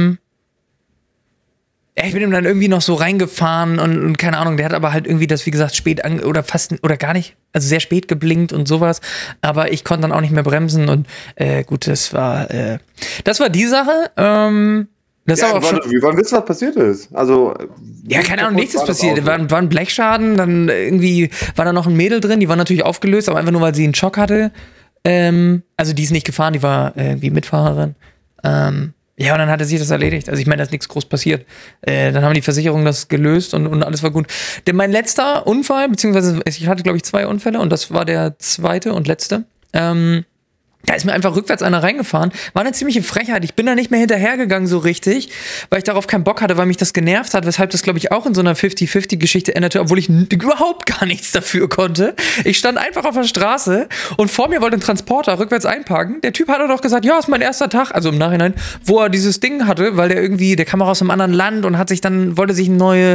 bin ihm dann irgendwie noch so reingefahren und keine Ahnung, der hat aber halt irgendwie das, wie gesagt, spät oder fast oder gar nicht, also sehr spät geblinkt und sowas, aber ich konnte dann auch nicht mehr bremsen und gut, das war die Sache. Das ja, aber auch schon, wir wollen wissen, was passiert ist. Also ja, keine Ahnung, nichts ist passiert. War ein Blechschaden, dann irgendwie war da noch ein Mädel drin, die war natürlich aufgelöst, aber einfach nur, weil sie einen Schock hatte. Also die ist nicht gefahren, die war irgendwie Mitfahrerin. Ja, und dann hatte sich das erledigt. Also ich meine, da ist nichts groß passiert. Dann haben die Versicherungen das gelöst und alles war gut. Denn mein letzter Unfall, beziehungsweise ich hatte, glaube ich, 2 Unfälle und das war der zweite und letzte. Da ist mir einfach rückwärts einer reingefahren. War eine ziemliche Frechheit. Ich bin da nicht mehr hinterhergegangen so richtig, weil ich darauf keinen Bock hatte, weil mich das genervt hat, weshalb das, glaube ich, auch in so einer 50-50-Geschichte endete, obwohl ich überhaupt gar nichts dafür konnte. Ich stand einfach auf der Straße und vor mir wollte ein Transporter rückwärts einparken. Der Typ hat auch noch gesagt, ja, ist mein erster Tag, also im Nachhinein, wo er dieses Ding hatte, weil der kam auch aus einem anderen Land und wollte sich neue,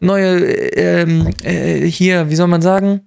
hier, wie soll man sagen,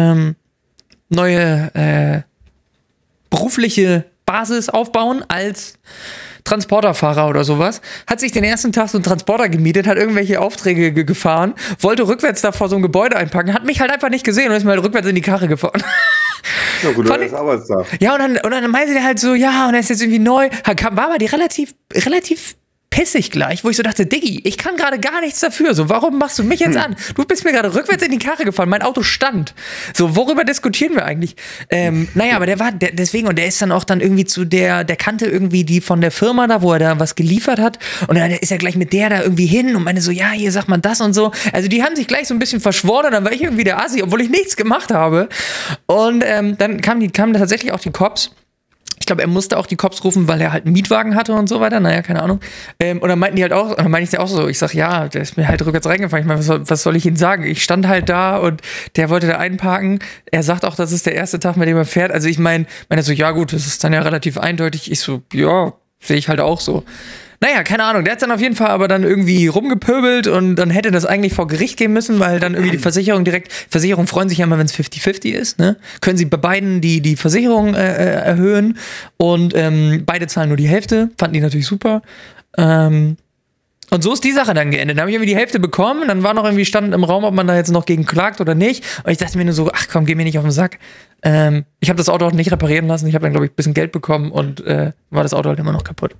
neue, berufliche Basis aufbauen als Transporterfahrer oder sowas, hat sich den ersten Tag so einen Transporter gemietet, hat irgendwelche Aufträge gefahren, wollte rückwärts da vor so einem Gebäude einpacken, hat mich halt einfach nicht gesehen und ist mir halt rückwärts in die Karre gefahren. Ja gut, das ist Arbeitstag. Ja, und dann meinte der halt so, ja, und er ist jetzt irgendwie neu, war aber die relativ pissig gleich, wo ich so dachte, Diggi, ich kann gerade gar nichts dafür. So, warum machst du mich jetzt an? Du bist mir gerade rückwärts in die Karre gefahren, mein Auto stand. So, worüber diskutieren wir eigentlich? Naja, aber deswegen, und der ist dann auch dann irgendwie der kannte irgendwie die von der Firma da, wo er da was geliefert hat. Und dann ist er gleich mit der da irgendwie hin und meinte so, ja, hier sagt man das und so. Also die haben sich gleich so ein bisschen verschworen und dann war ich irgendwie der Assi, obwohl ich nichts gemacht habe. Und dann kamen tatsächlich auch die Cops. Ich glaube, er musste auch die Cops rufen, weil er halt einen Mietwagen hatte und so weiter. Naja, keine Ahnung. Und dann meinten die halt auch, dann meinte ich auch so, ich sag, ja, der ist mir halt rückwärts reingefahren. Ich meine, was soll ich Ihnen sagen? Ich stand halt da und der wollte da einparken. Er sagt auch, das ist der erste Tag, mit dem er fährt. Also ich meine so, ja gut, das ist dann ja relativ eindeutig. Ich so, ja, sehe ich halt auch so. Naja, keine Ahnung, der hat dann auf jeden Fall aber dann irgendwie rumgepöbelt und dann hätte das eigentlich vor Gericht gehen müssen, weil dann irgendwie die Versicherungen freuen sich ja immer, wenn es 50-50 ist, ne? Können sie bei beiden die Versicherung erhöhen und beide zahlen nur die Hälfte, fanden die natürlich super. Und so ist die Sache dann geendet. Dann habe ich irgendwie die Hälfte bekommen, dann war noch irgendwie stand im Raum, ob man da jetzt noch gegen klagt oder nicht. Und ich dachte mir nur so, ach komm, geh mir nicht auf den Sack. Ich habe das Auto auch nicht reparieren lassen, ich habe dann, glaube ich, ein bisschen Geld bekommen und war das Auto halt immer noch kaputt.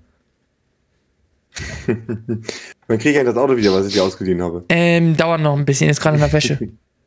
Dann kriege ich eigentlich das Auto wieder, was ich dir ausgeliehen habe. Dauert noch ein bisschen, ist gerade in der Wäsche.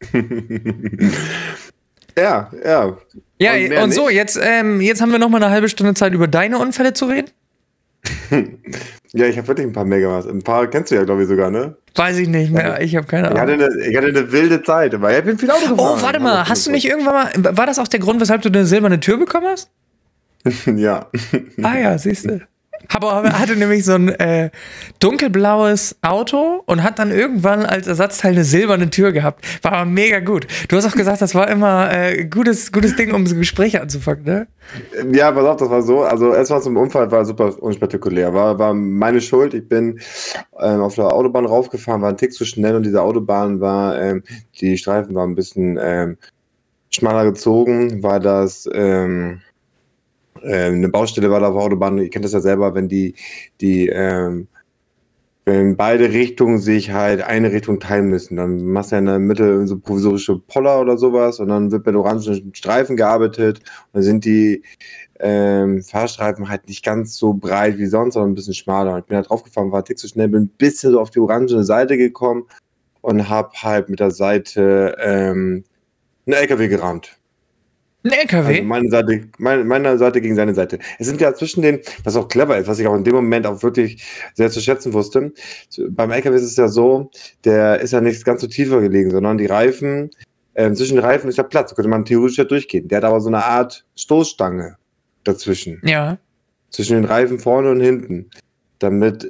Ja. Ja, und so, jetzt haben wir noch mal eine halbe Stunde Zeit, über deine Unfälle zu reden. Ja, ich habe wirklich ein paar mehr gemacht. Ein paar kennst du ja, glaube ich, sogar, ne? Weiß ich nicht mehr, ich habe keine Ahnung. Ich hatte eine wilde Zeit, weil ich bin viel Auto gefahren. Oh, warte mal, hast du nicht irgendwann mal, war das auch der Grund, weshalb du eine silberne Tür bekommen hast? Ja. Ah ja, siehst du. hatte nämlich so ein dunkelblaues Auto und hat dann irgendwann als Ersatzteil eine silberne Tür gehabt. War aber mega gut. Du hast auch gesagt, das war immer gutes Ding, um so Gespräche anzufangen, ne? Ja, pass auf, das war so. Also erstmal zum Unfall war super unspektakulär. War meine Schuld. Ich bin auf der Autobahn raufgefahren, war ein Tick zu schnell und diese Autobahn war, die Streifen waren ein bisschen schmaler gezogen, weil das eine Baustelle war da auf der Autobahn. Ihr kennt das ja selber, wenn wenn beide Richtungen sich halt eine Richtung teilen müssen. Dann machst du ja in der Mitte so provisorische Poller oder sowas und dann wird mit orangen Streifen gearbeitet und dann sind die Fahrstreifen halt nicht ganz so breit wie sonst, sondern ein bisschen schmaler. Ich bin da drauf gefahren, war tick zu schnell, bin ein bisschen so auf die orange Seite gekommen und hab halt mit der Seite einen LKW gerammt. Ein LKW? Also meine Seite gegen seine Seite. Es sind ja zwischen den, was auch clever ist, was ich auch in dem Moment auch wirklich sehr zu schätzen wusste. Beim LKW ist es ja so, der ist ja nicht ganz so tiefer gelegen, sondern die Reifen, zwischen den Reifen ist ja Platz, da könnte man theoretisch ja durchgehen. Der hat aber so eine Art Stoßstange dazwischen. Ja. Zwischen den Reifen vorne und hinten. Damit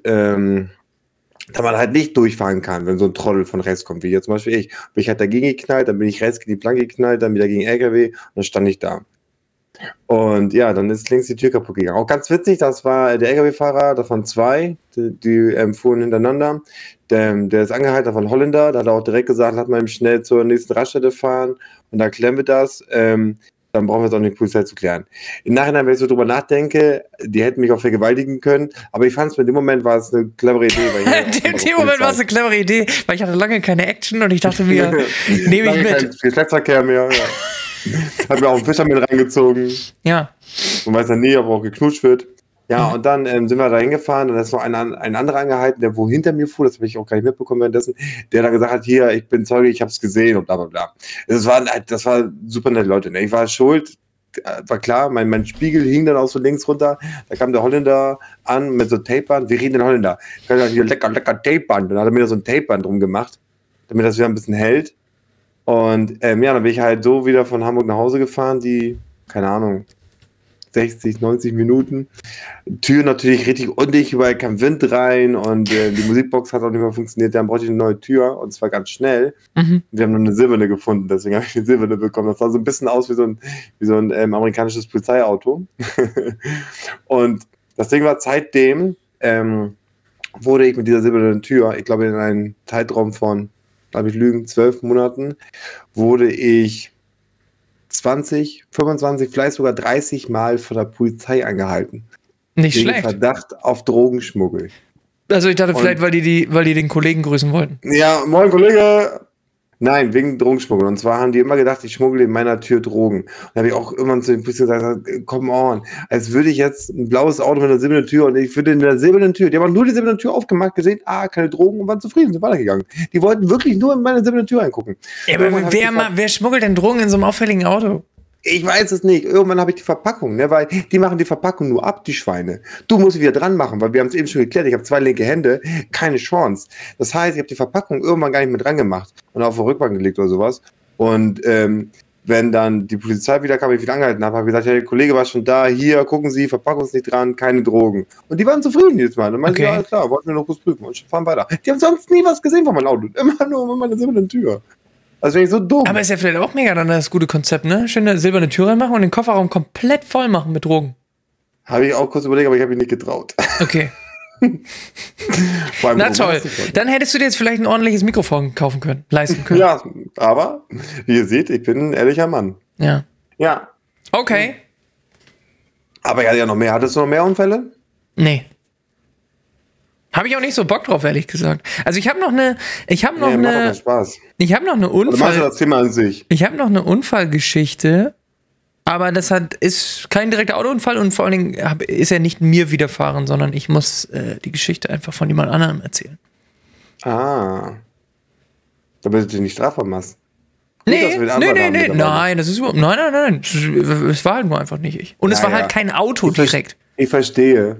man halt nicht durchfahren kann, wenn so ein Trottel von rechts kommt, wie jetzt zum Beispiel ich. Bin ich halt dagegen geknallt, dann bin ich rechts gegen die Planke geknallt, dann wieder gegen LKW und dann stand ich da. Und ja, dann ist links die Tür kaputt gegangen. Auch ganz witzig, das war der LKW-Fahrer, davon zwei, die fuhren hintereinander. Der ist angehalten, davon Holländer, da hat er auch direkt gesagt, lass mal eben schnell zur nächsten Raststätte fahren und da klären wir das. Dann brauchen wir es auch nicht die Polizei zu klären. Im Nachhinein, wenn ich so drüber nachdenke, die hätten mich auch vergewaltigen können, aber ich fand es, in dem Moment war es eine clevere Idee. In dem Moment war es eine clevere Idee, weil ich hatte lange keine Action und ich dachte mir, nehme ich mit. Kein Geschlechtsverkehr mehr, ja. Hab mir auch einen Fischer mit reingezogen. Ja. Man weiß ja nie, ob auch geknutscht wird. Ja, und dann sind wir da hingefahren und da ist noch ein anderer angehalten, der wo hinter mir fuhr, das habe ich auch gar nicht mitbekommen währenddessen, der dann gesagt hat, hier, ich bin Zeuge, ich habe es gesehen und bla bla bla. Das war super nette Leute, ne? Ich war schuld, war klar, mein Spiegel hing dann auch so links runter, da kam der Holländer an mit so Tapeband, wir reden den Holländer, ich habe hier lecker Tapeband, dann hat er mir da so ein Tapeband drum gemacht, damit das wieder ein bisschen hält und ja, dann bin ich halt so wieder von Hamburg nach Hause gefahren, die, keine Ahnung, 60, 90 Minuten. Tür natürlich richtig undicht, überall kam Wind rein und die Musikbox hat auch nicht mehr funktioniert. Dann brauchte ich eine neue Tür und zwar ganz schnell. Mhm. Wir haben nur eine silberne gefunden, deswegen habe ich eine silberne bekommen. Das sah so ein bisschen aus wie so ein amerikanisches Polizeiauto. Und das Ding war, seitdem wurde ich mit dieser silbernen Tür, ich glaube in einem Zeitraum von, 12 Monaten, wurde ich 20, 25, vielleicht sogar 30 Mal von der Polizei angehalten. Nicht wegen schlecht. Verdacht auf Drogenschmuggel. Also ich dachte vielleicht, weil die den Kollegen grüßen wollten. Ja, moin Kollege. Nein, wegen Drogenschmuggel. Und zwar haben die immer gedacht, ich schmuggle in meiner Tür Drogen. Und da habe ich auch irgendwann zu den Polizei gesagt, come on, als würde ich jetzt ein blaues Auto mit einer silbernen Tür und ich würde in der silbernen Tür, die haben nur die silberne Tür aufgemacht, gesehen, keine Drogen und waren zufrieden, sind weitergegangen. Die wollten wirklich nur in meine silberne Tür reingucken. Ja, aber wer schmuggelt denn Drogen in so einem auffälligen Auto? Ich weiß es nicht. Irgendwann habe ich die Verpackung, ne, weil die machen die Verpackung nur ab, die Schweine. Du musst sie wieder dran machen, weil wir haben es eben schon geklärt. Ich habe 2 linke Hände, keine Chance. Das heißt, ich habe die Verpackung irgendwann gar nicht mehr dran gemacht und auf die Rückbank gelegt oder sowas. Und wenn dann die Polizei wieder kam, ich wieder angehalten habe, habe ich gesagt, ja, der Kollege war schon da, hier, gucken Sie, Verpackung ist nicht dran, keine Drogen. Und die waren zufrieden jedes Mal. Und meinte, ja, klar, wollten wir noch kurz prüfen und fahren weiter. Die haben sonst nie was gesehen von meinem Auto. Immer nur mit meiner silbernen Tür. Also wenn ich so dumm. Aber ist ja vielleicht auch mega dann das gute Konzept, ne? Schön eine silberne Tür reinmachen und den Kofferraum komplett voll machen mit Drogen. Habe ich auch kurz überlegt, aber ich habe mich nicht getraut. Okay. Na toll. Dann hättest du dir jetzt vielleicht ein ordentliches Mikrofon leisten können. Ja, aber wie ihr seht, ich bin ein ehrlicher Mann. Ja. Ja. Okay. Aber ja noch mehr. Hattest du noch mehr Unfälle? Nee. Habe ich auch nicht so Bock drauf, ehrlich gesagt. Also ich habe noch eine Unfallgeschichte, aber das ist kein direkter Autounfall und vor allen Dingen ist er nicht mir widerfahren, sondern ich muss die Geschichte einfach von jemand anderem erzählen. Ah. Da bist du nicht strafbar machst. Nee. Nein, das ist überhaupt. Nein. Es war halt nur einfach nicht ich. Und es war halt kein Auto direkt. Ich verstehe.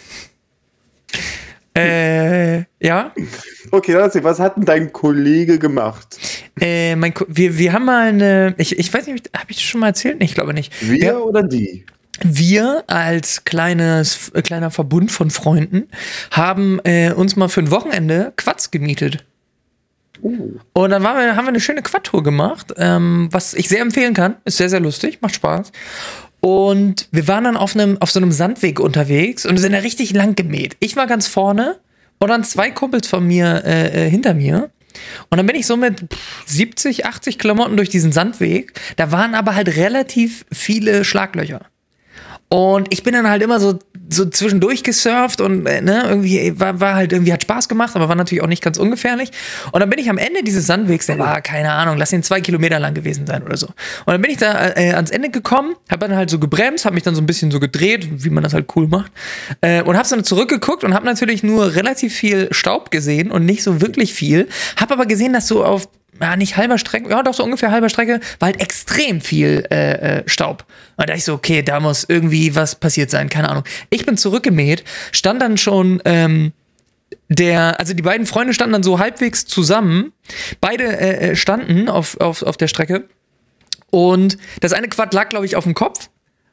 Ja. Okay, was hat denn dein Kollege gemacht? Wir haben mal eine. Ich weiß nicht, habe ich das schon mal erzählt? Nee, ich glaube nicht. Wir oder die? wir als kleiner Verbund von Freunden haben uns mal für ein Wochenende Quads gemietet. Und dann haben wir eine schöne Quad-Tour gemacht, was ich sehr empfehlen kann. Ist sehr, sehr lustig, macht Spaß. Und wir waren dann auf so einem Sandweg unterwegs und sind da richtig lang gemäht. Ich war ganz vorne und dann 2 Kumpels von mir hinter mir. Und dann bin ich so mit 70, 80 Klamotten durch diesen Sandweg. Da waren aber halt relativ viele Schlaglöcher. Und ich bin dann halt immer so zwischendurch gesurft und irgendwie war halt irgendwie hat Spaß gemacht, aber war natürlich auch nicht ganz ungefährlich. Und dann bin ich am Ende dieses Sandwegs, der war, keine Ahnung, lass ihn 2 Kilometer lang gewesen sein oder so. Und dann bin ich da ans Ende gekommen, habe dann halt so gebremst, habe mich dann so ein bisschen so gedreht, wie man das halt cool macht, und habe dann zurückgeguckt und habe natürlich nur relativ viel Staub gesehen und nicht so wirklich viel. Habe aber gesehen, dass so auf nicht halber Strecke, ja doch so ungefähr halber Strecke, war halt extrem viel Staub. Und da dachte ich so, okay, da muss irgendwie was passiert sein, keine Ahnung. Ich bin zurückgemäht, stand dann schon, also die beiden Freunde standen dann so halbwegs zusammen, beide standen auf der Strecke und das eine Quad lag, glaube ich, auf dem Kopf.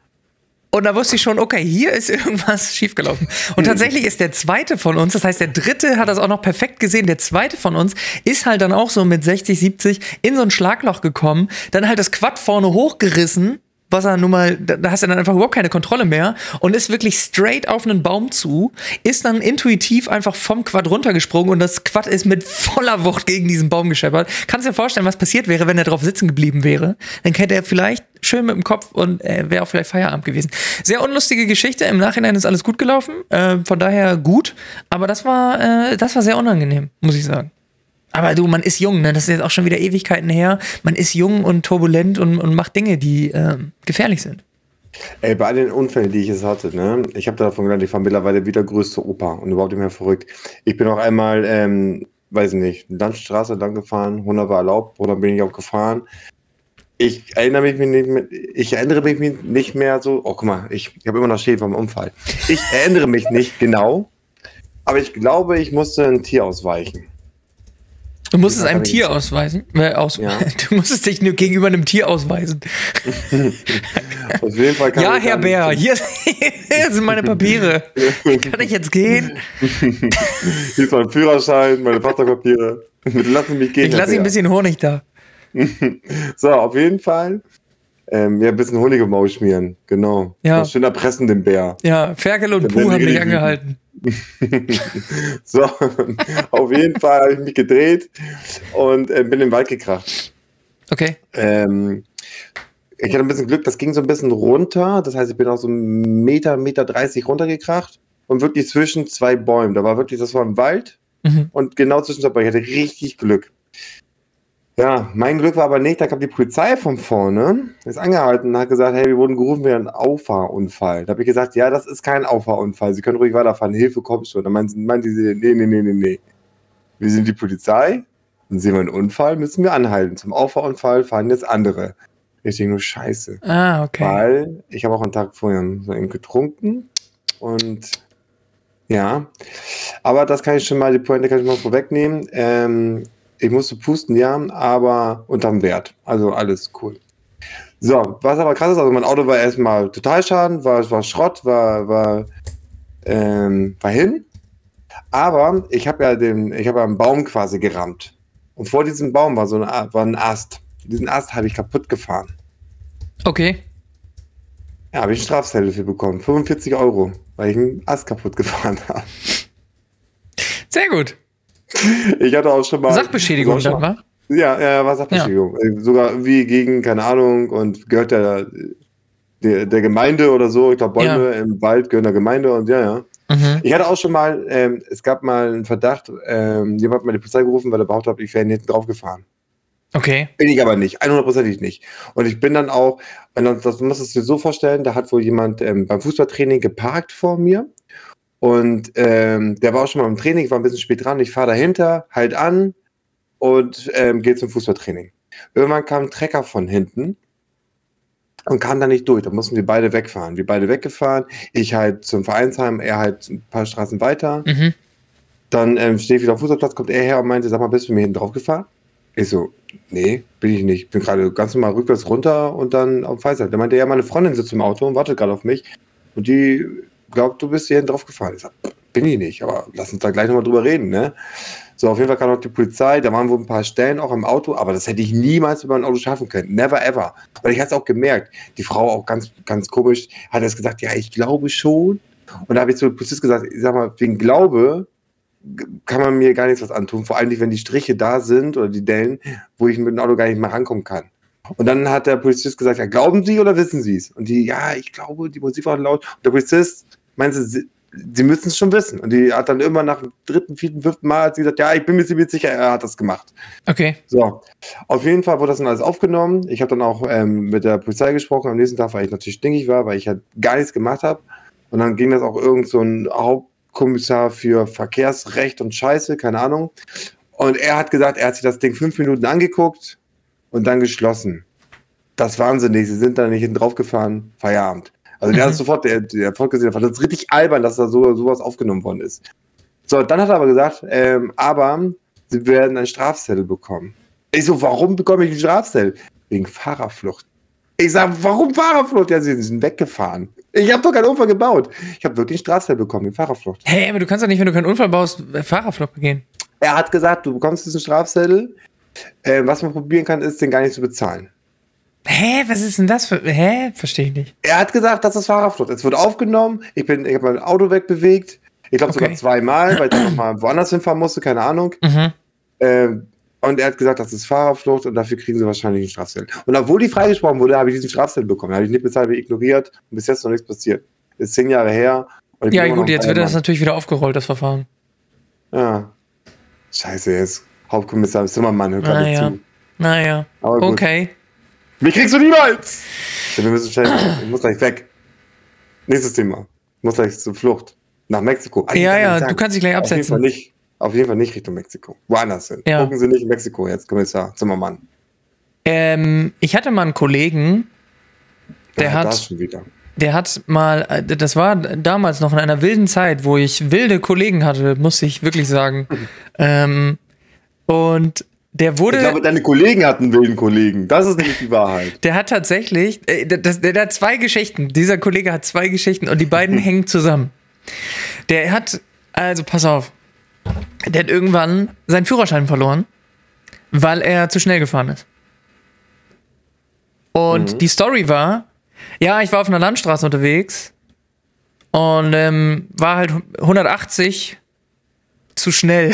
Und da wusste ich schon, okay, hier ist irgendwas schiefgelaufen. Und tatsächlich ist der zweite von uns, das heißt, der dritte hat das auch noch perfekt gesehen, der zweite von uns ist halt dann auch so mit 60, 70 in so ein Schlagloch gekommen, dann halt das Quad vorne hochgerissen, was er nun mal, da hast du dann einfach überhaupt keine Kontrolle mehr und ist wirklich straight auf einen Baum zu, ist dann intuitiv einfach vom Quad runtergesprungen und das Quad ist mit voller Wucht gegen diesen Baum gescheppert. Kannst dir vorstellen, was passiert wäre, wenn er drauf sitzen geblieben wäre? Dann hätte er vielleicht schön mit dem Kopf und wäre auch vielleicht Feierabend gewesen. Sehr unlustige Geschichte, im Nachhinein ist alles gut gelaufen, von daher gut, aber das war sehr unangenehm, muss ich sagen. Aber du, man ist jung, ne? Das ist jetzt auch schon wieder Ewigkeiten her. Man ist jung und turbulent und macht Dinge, die gefährlich sind. Ey, bei all den Unfällen, die ich jetzt hatte, ne? Ich habe davon gelernt, ich war mittlerweile wieder größte Opa und überhaupt nicht mehr verrückt. Ich bin auch einmal, weiß nicht, Landstraße lang gefahren, 100 war erlaubt, oder bin ich auch gefahren. Ich erinnere mich nicht mehr so, oh guck mal, ich habe immer noch Schäden vom Unfall. Ich erinnere mich nicht genau, aber ich glaube, ich musste ein Tier ausweichen. Du musstest einem Tier ausweisen? Ja. Du musstest dich nur gegenüber einem Tier ausweisen. Auf jeden Fall ja, Herr Bär, hier sind meine Papiere. Kann ich jetzt gehen? Hier ist mein Führerschein, meine Fahrzeugpapiere. Lassen mich gehen. Ich lasse ihm ein bisschen Honig da. So, auf jeden Fall. Ein bisschen Honig im Maul schmieren. Genau. Ja. Schön erpressen den Bär. Ja, Ferkel und Puh haben mich angehalten. So, auf jeden Fall habe ich mich gedreht und bin in den Wald gekracht. Okay. Ich hatte ein bisschen Glück, das ging so ein bisschen runter. Das heißt, ich bin auch so 1,30 Meter runtergekracht und wirklich zwischen 2 Bäumen. Das war ein Wald und genau zwischen 2 Bäumen. Ich hatte richtig Glück. Ja, mein Glück war aber nicht, da kam die Polizei von vorne, ist angehalten und hat gesagt, hey, wir wurden gerufen wegen einem Auffahrunfall. Da habe ich gesagt, ja, das ist kein Auffahrunfall, Sie können ruhig weiterfahren, Hilfe kommt schon. Dann meinte sie, nee. Wir sind die Polizei und sehen wir einen Unfall, müssen wir anhalten. Zum Auffahrunfall fahren jetzt andere. Ich denke nur, scheiße. Ah, okay. Weil ich habe auch einen Tag vorher so eben getrunken und ja, aber das kann ich schon mal, die Pointe kann ich mal vorwegnehmen. Ich musste pusten, ja, aber unterm Wert. Also alles cool. So, was aber krass ist, also mein Auto war erstmal Totalschaden, war Schrott, war hin. Aber ich habe ja einen Baum quasi gerammt. Und vor diesem Baum war ein Ast. Diesen Ast habe ich kaputt gefahren. Okay. Ja, habe ich Strafzettel für bekommen. 45 €, weil ich einen Ast kaputt gefahren habe. Sehr gut. Ich hatte auch schon mal... Sachbeschädigung dann, wa? Ja, war Sachbeschädigung. Ja. Sogar irgendwie gegen, keine Ahnung, und gehört der Gemeinde oder so. Ich glaube, Bäume im Wald gehören der Gemeinde und ja. Mhm. Ich hatte auch schon mal, es gab mal einen Verdacht, jemand hat mal die Polizei gerufen, weil er behauptet hat, ich wäre hinten drauf gefahren. Okay. Bin ich aber nicht, 100%ig nicht. Und ich bin dann auch, das musst du dir so vorstellen, da hat wohl jemand beim Fußballtraining geparkt vor mir. Und der war auch schon mal im Training, ich war ein bisschen spät dran, ich fahre dahinter, halt an und gehe zum Fußballtraining. Irgendwann kam ein Trecker von hinten und kam da nicht durch, da mussten wir beide wegfahren. Wir beide weggefahren, ich halt zum Vereinsheim, er halt ein paar Straßen weiter. Mhm. Dann stehe ich wieder auf dem Fußballplatz, kommt er her und meinte, sag mal, bist du mir hinten drauf gefahren? Ich so, nee, bin ich nicht. Bin gerade ganz normal rückwärts runter und dann auf dem Pfeifer. Der meinte, ja, meine Freundin sitzt im Auto und wartet gerade auf mich. Und die glaubt, du bist hier drauf gefahren. Ich sag, bin ich nicht, aber lass uns da gleich nochmal drüber reden, ne? So, auf jeden Fall kam noch die Polizei, da waren wohl ein paar Stellen auch im Auto, aber das hätte ich niemals über ein Auto schaffen können. Never ever. Weil ich hatte es auch gemerkt. Die Frau auch ganz, ganz komisch hat erst gesagt, ja, ich glaube schon. Und da habe ich zu Polizist gesagt, ich sag mal, wegen Glaube kann man mir gar nichts was antun, vor allem nicht, wenn die Striche da sind oder die Dellen, wo ich mit dem Auto gar nicht mehr rankommen kann. Und dann hat der Polizist gesagt, ja, glauben Sie oder wissen Sie es? Und die, ja, ich glaube, die Musik war laut. Und der Polizist meinte, Sie müssen es schon wissen. Und die hat dann immer nach dem 3., 4., 5. Mal hat sie gesagt, ja, ich bin mir ziemlich sicher, er hat das gemacht. Okay. So, auf jeden Fall wurde das dann alles aufgenommen. Ich habe dann auch mit der Polizei gesprochen am nächsten Tag, weil ich natürlich stinkig war, weil ich halt gar nichts gemacht habe. Und dann ging das auch irgend so ein Hauptkommissar für Verkehrsrecht und Scheiße, keine Ahnung. Und er hat gesagt, er hat sich das Ding 5 Minuten angeguckt und dann geschlossen. Das waren sie nicht, sie sind da nicht hinten drauf gefahren, Feierabend. Also der hat sofort, der hat gesehen, das ist richtig albern, dass da sowas aufgenommen worden ist. So, dann hat er aber gesagt, aber sie werden einen Strafzettel bekommen. Ich so, warum bekomme ich einen Strafzettel? Wegen Fahrerflucht. Ich sag, warum Fahrerflucht? Ja, sie sind weggefahren. Ich habe doch keinen Unfall gebaut. Ich habe wirklich einen Strafzettel bekommen wegen Fahrerflucht. Hey, aber du kannst doch nicht, wenn du keinen Unfall baust, Fahrerflucht begehen. Er hat gesagt, du bekommst diesen Strafzettel. Was man probieren kann, ist, den gar nicht zu bezahlen. Hä, was ist denn das für... Hä? Verstehe ich nicht. Er hat gesagt, das ist Fahrerflucht. Es wird aufgenommen. Ich habe mein Auto wegbewegt. Ich glaube sogar 2-mal, weil ich dann nochmal woanders hinfahren musste, keine Ahnung. Und er hat gesagt, das ist Fahrerflucht und dafür kriegen sie wahrscheinlich einen Strafzettel. Und obwohl die freigesprochen wurde, habe ich diesen Strafzettel bekommen. Habe ich nicht bezahlt, habe ich ignoriert und bis jetzt noch nichts passiert. Ist 10 Jahre her. Ja gut, jetzt wird das natürlich wieder aufgerollt, das Verfahren. Ja. Scheiße, jetzt Hauptkommissar Zimmermann, hör gerade zu. Naja, okay. Mich kriegst du niemals! Wir müssen schnell, ich muss gleich weg. Nächstes Thema. Ich muss gleich zur Flucht. Nach Mexiko. Du kannst dich gleich absetzen. Auf jeden Fall nicht Richtung Mexiko. Woanders hin. Ja. Gucken Sie nicht in Mexiko jetzt, Kommissar Zimmermann. Ich hatte mal einen Kollegen, der hat mal, das war damals noch in einer wilden Zeit, wo ich wilde Kollegen hatte, muss ich wirklich sagen. Und der wurde... Ich glaube, deine Kollegen hatten wilden Kollegen. Das ist nämlich die Wahrheit. Der hat tatsächlich, der hat 2 Geschichten. Dieser Kollege hat 2 Geschichten und die beiden hängen zusammen. Der hat, also pass auf, der hat irgendwann seinen Führerschein verloren, weil er zu schnell gefahren ist. Und die Story war, ja, ich war auf einer Landstraße unterwegs und war halt 180 zu schnell.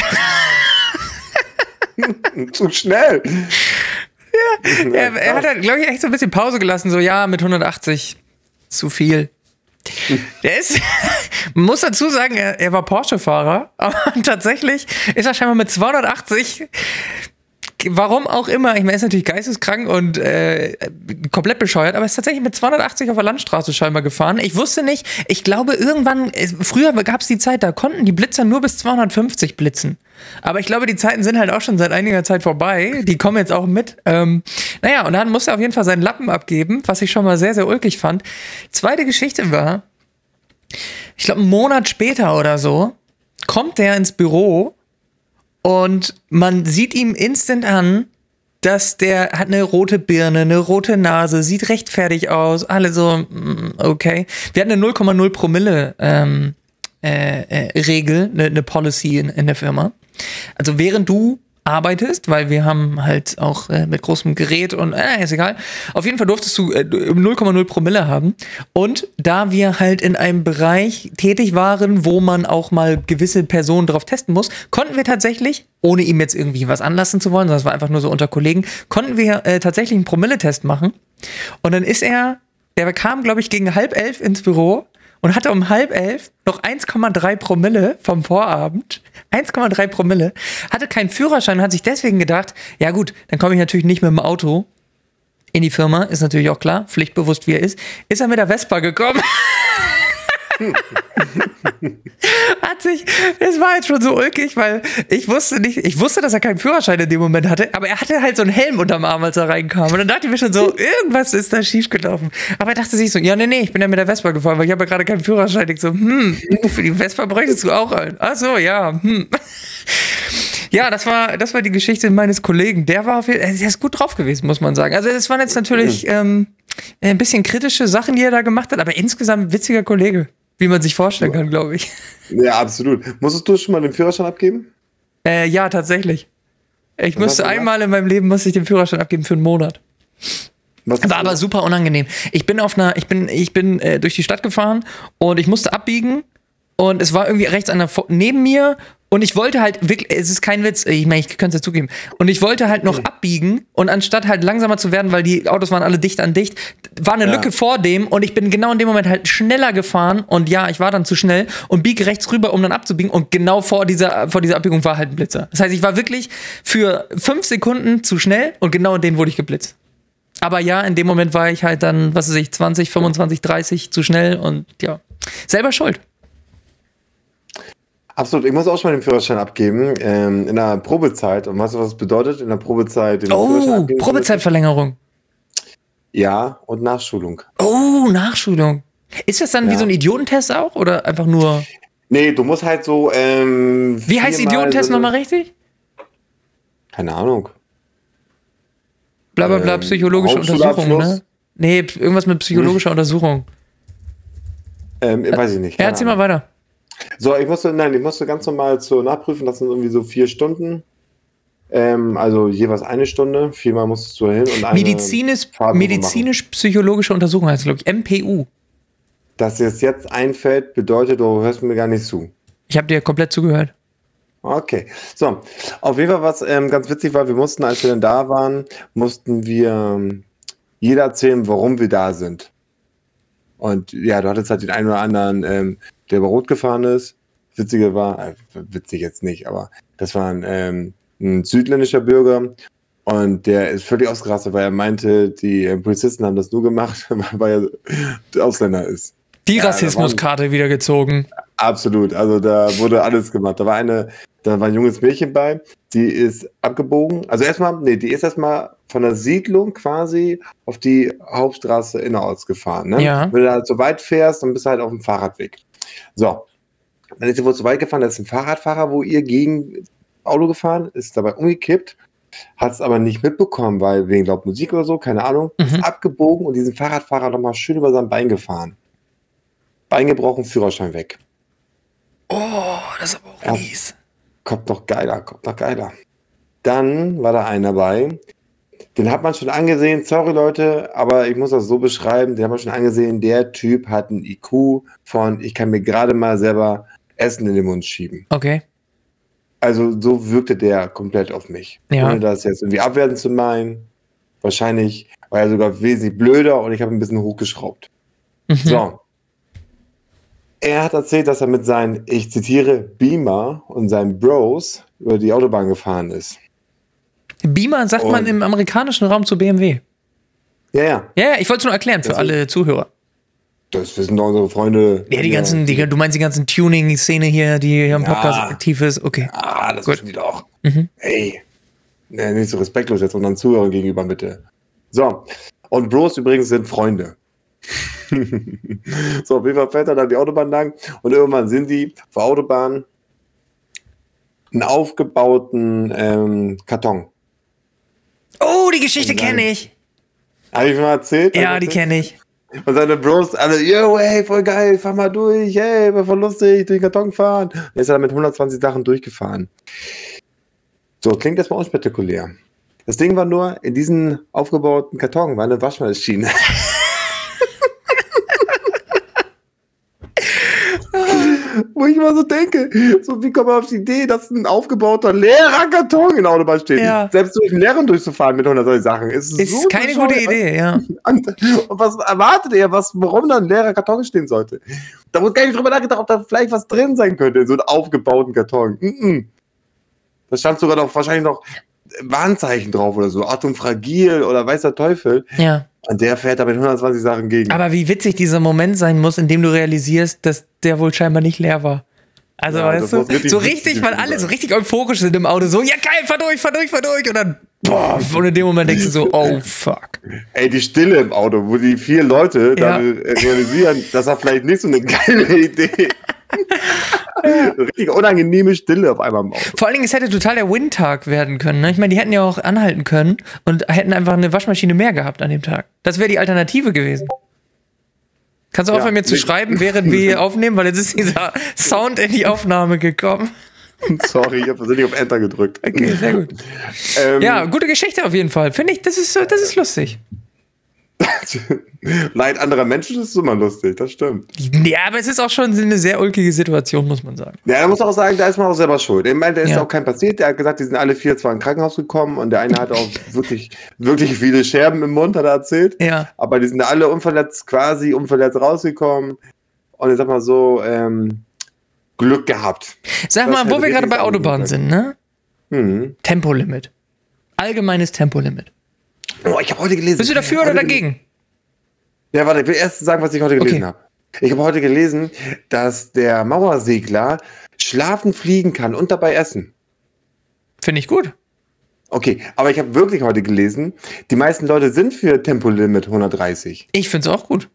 Zu schnell? Ja, er hat halt, glaube ich, echt so ein bisschen Pause gelassen, so, ja, mit 180 zu viel. Der ist, man muss dazu sagen, er war Porsche-Fahrer, aber tatsächlich ist er scheinbar mit 280, warum auch immer, ich meine, er ist natürlich geisteskrank und komplett bescheuert, aber er ist tatsächlich mit 280 auf der Landstraße scheinbar gefahren. Ich wusste nicht, ich glaube irgendwann, früher gab es die Zeit, da konnten die Blitzer nur bis 250 blitzen. Aber ich glaube, die Zeiten sind halt auch schon seit einiger Zeit vorbei. Die kommen jetzt auch mit. Naja, und dann musste er auf jeden Fall seinen Lappen abgeben, was ich schon mal sehr, sehr ulkig fand. Zweite Geschichte war, ich glaube, einen Monat später oder so, kommt der ins Büro und man sieht ihm instant an, dass der hat eine rote Birne, eine rote Nase, sieht recht fertig aus. Alle so, okay. Wir hatten eine 0,0 Promille Regel, eine Policy in der Firma. Also während du arbeitest, weil wir haben halt auch mit großem Gerät und ist egal. Auf jeden Fall durftest du 0,0 Promille haben. Und da wir halt in einem Bereich tätig waren, wo man auch mal gewisse Personen drauf testen muss, konnten wir tatsächlich, ohne ihm jetzt irgendwie was anlassen zu wollen, sondern es war einfach nur so unter Kollegen, konnten wir tatsächlich einen Promilletest machen. Und dann ist der kam, glaube ich, gegen 10:30 ins Büro und hatte um 10:30 noch 1,3 Promille vom Vorabend. 1,3 Promille. Hatte keinen Führerschein und hat sich deswegen gedacht, ja gut, dann komme ich natürlich nicht mit dem Auto in die Firma. Ist natürlich auch klar, pflichtbewusst wie er ist. Ist er mit der Vespa gekommen. Es war jetzt schon so ulkig, weil ich wusste, dass er keinen Führerschein in dem Moment hatte, aber er hatte halt so einen Helm unterm Arm, als er reinkam. Und dann dachte ich mir schon so, irgendwas ist da schiefgelaufen. Aber er dachte sich so, ja, nee, ich bin ja mit der Vespa gefahren, weil ich habe ja gerade keinen Führerschein. Ich so, für die Vespa bräuchtest du auch einen. Ach so, ja, Ja, das war die Geschichte meines Kollegen. Der ist gut drauf gewesen, muss man sagen. Also es waren jetzt natürlich ein bisschen kritische Sachen, die er da gemacht hat, aber insgesamt witziger Kollege, wie man sich vorstellen kann, glaube ich. Ja, absolut. Musstest du schon mal den Führerschein abgeben? Ja, tatsächlich. Ich musste einmal in meinem Leben den Führerschein abgeben für einen Monat. War aber super unangenehm. Ich bin durch die Stadt gefahren und ich musste abbiegen und es war irgendwie rechts einer neben mir und ich wollte halt wirklich, es ist kein Witz, ich meine, ich könnte es ja zugeben, und ich wollte halt noch abbiegen und anstatt halt langsamer zu werden, weil die Autos waren alle dicht an dicht, war eine Lücke vor dem und ich bin genau in dem Moment halt schneller gefahren und ja, ich war dann zu schnell und biege rechts rüber, um dann abzubiegen und genau vor dieser Abbiegung war halt ein Blitzer. Das heißt, ich war wirklich für 5 Sekunden zu schnell und genau in denen wurde ich geblitzt. Aber ja, in dem Moment war ich halt dann, 20, 25, 30 zu schnell und ja, selber schuld. Absolut, ich muss auch schon mal den Führerschein abgeben, in der Probezeit. Und weißt du, was das bedeutet, in der Probezeit den Führerschein abgeben? Probezeitverlängerung. Ja, und Nachschulung. Oh, Nachschulung. Ist das dann wie so ein Idiotentest auch oder einfach nur... Nee, du musst halt so... wie heißt Idiotentest nochmal richtig? Keine Ahnung. Blablabla, psychologische Untersuchung, ne? Nee, irgendwas mit psychologischer Untersuchung. Weiß ich nicht. Ja, erzähl mal weiter. So, ich musste ganz normal nachprüfen, das sind irgendwie so 4 Stunden. Also jeweils 1 Stunde, 4-mal musstest du hin und eine medizinisch-psychologische Untersuchung heißt, glaube ich, MPU. Dass dir es jetzt einfällt, bedeutet, du hörst mir gar nicht zu. Ich habe dir komplett zugehört. Okay, so, auf jeden Fall, was ganz witzig war, als wir dann da waren, mussten wir jeder erzählen, warum wir da sind. Und ja, du hattest halt den einen oder anderen, der über Rot gefahren ist. Witzige war, witzig jetzt nicht, aber das war ein südländischer Bürger und der ist völlig ausgerastet, weil er meinte, die Polizisten haben das nur gemacht, weil er Ausländer ist. Die Rassismuskarte wieder gezogen. Absolut, also da wurde alles gemacht. Da war ein junges Mädchen bei, die ist abgebogen. Also die ist erstmal von der Siedlung quasi auf die Hauptstraße innerorts gefahren. Ne? Ja. Wenn du halt so weit fährst, dann bist du halt auf dem Fahrradweg. So, dann ist sie wohl so weit gefahren, da ist ein Fahrradfahrer, wo ihr gegen Auto gefahren, ist dabei umgekippt, hat es aber nicht mitbekommen, weil wegen laut Musik oder so, keine Ahnung, ist abgebogen und diesen Fahrradfahrer nochmal schön über sein Bein gefahren. Bein gebrochen, Führerschein weg. Oh, das ist aber auch mies. Kommt noch geiler. Dann war da einer dabei, den hat man schon angesehen, sorry Leute, aber ich muss das so beschreiben, den hat man schon angesehen, der Typ hat einen IQ von, ich kann mir gerade mal selber Essen in den Mund schieben. Okay. Also so wirkte der komplett auf mich. Ja. Ohne das jetzt irgendwie abwertend zu meinen. Wahrscheinlich war er sogar wesentlich blöder und ich habe ein bisschen hochgeschraubt. So. Er hat erzählt, dass er mit seinen, ich zitiere, Beamer und seinen Bros über die Autobahn gefahren ist. Beamer sagt man im amerikanischen Raum zu BMW. Ja. Ja, ich wollte es nur erklären für alle Zuhörer. Das wissen doch unsere Freunde. Ja, du meinst die ganzen Tuning-Szene hier, die hier im Podcast aktiv ist. Okay. Ah, das wissen die doch. Hey, nicht so respektlos jetzt unseren Zuhörern gegenüber, bitte. So, und Bros übrigens sind Freunde. So, auf jeden Fall fährt er dann die Autobahn lang und irgendwann sind die auf der Autobahn einen aufgebauten Karton. Oh, die Geschichte kenne ich. Habe ich schon mal erzählt? Ja, die kenne ich. Und seine Bros alle, yo, ey, voll geil, fahr mal durch, ey, war voll lustig, durch den Karton fahren. Er ist dann mit 120 Sachen durchgefahren. So, klingt erstmal unspektakulär. Das Ding war nur, in diesem aufgebauten Karton war eine Waschmaschine. Wo ich immer so denke, so wie kommt man auf die Idee, dass ein aufgebauter leerer Karton in der Autobahn steht. Ja. Selbst durch den leeren durchzufahren mit 100 Sachen ist so keine gute Idee, ja. Und was erwartet ihr, warum da ein leerer Karton stehen sollte? Da wurde gar nicht drüber nachgedacht, ob da vielleicht was drin sein könnte in so einem aufgebauten Karton. Da stand sogar noch wahrscheinlich noch Warnzeichen drauf oder so, Achtung fragil oder weiß der Teufel. Ja. Und der fährt da mit 120 Sachen gegen. Aber wie witzig dieser Moment sein muss, in dem du realisierst, dass der wohl scheinbar nicht leer war. Also, ja, weißt du, so richtig, weil alle so richtig euphorisch sind im Auto, so, ja geil, fahr durch. Und dann, boah, und in dem Moment denkst du so, oh fuck. Ey, die Stille im Auto, wo die 4 Leute dann realisieren, das war vielleicht nicht so eine geile Idee. Richtig unangenehme Stille auf einmal im Auto. Vor allen Dingen, es hätte total der Win-Tag werden können. Ne? Ich meine, die hätten ja auch anhalten können und hätten einfach eine Waschmaschine mehr gehabt an dem Tag. Das wäre die Alternative gewesen. Kannst du aufhören, mir zu schreiben, während wir hier aufnehmen, weil jetzt ist dieser Sound in die Aufnahme gekommen. Sorry, ich habe versehentlich auf Enter gedrückt. Okay, sehr gut. Ja, gute Geschichte auf jeden Fall. Finde ich, das ist lustig. Leid anderer Menschen ist immer lustig, das stimmt. Ja, aber es ist auch schon eine sehr ulkige Situation, muss man sagen. Ja, da muss auch sagen, da ist man auch selber schuld. Ich meine, da ist auch kein passiert. Der hat gesagt, die sind alle 4 zwar ins Krankenhaus gekommen und der eine hat auch wirklich, wirklich viele Scherben im Mund, hat er erzählt. Ja. Aber die sind alle unverletzt rausgekommen. Und ich sag mal so, Glück gehabt. Sag mal, wo wir gerade bei Autobahnen sind, ne? Tempolimit. Allgemeines Tempolimit. Oh, ich habe heute gelesen. Bist du dafür oder dagegen? Ja, warte, ich will erst sagen, was ich heute gelesen habe. Ich habe heute gelesen, dass der Mauersegler schlafen, fliegen kann und dabei essen. Finde ich gut. Okay, aber ich habe wirklich heute gelesen, die meisten Leute sind für Tempolimit 130. Ich finde es auch gut.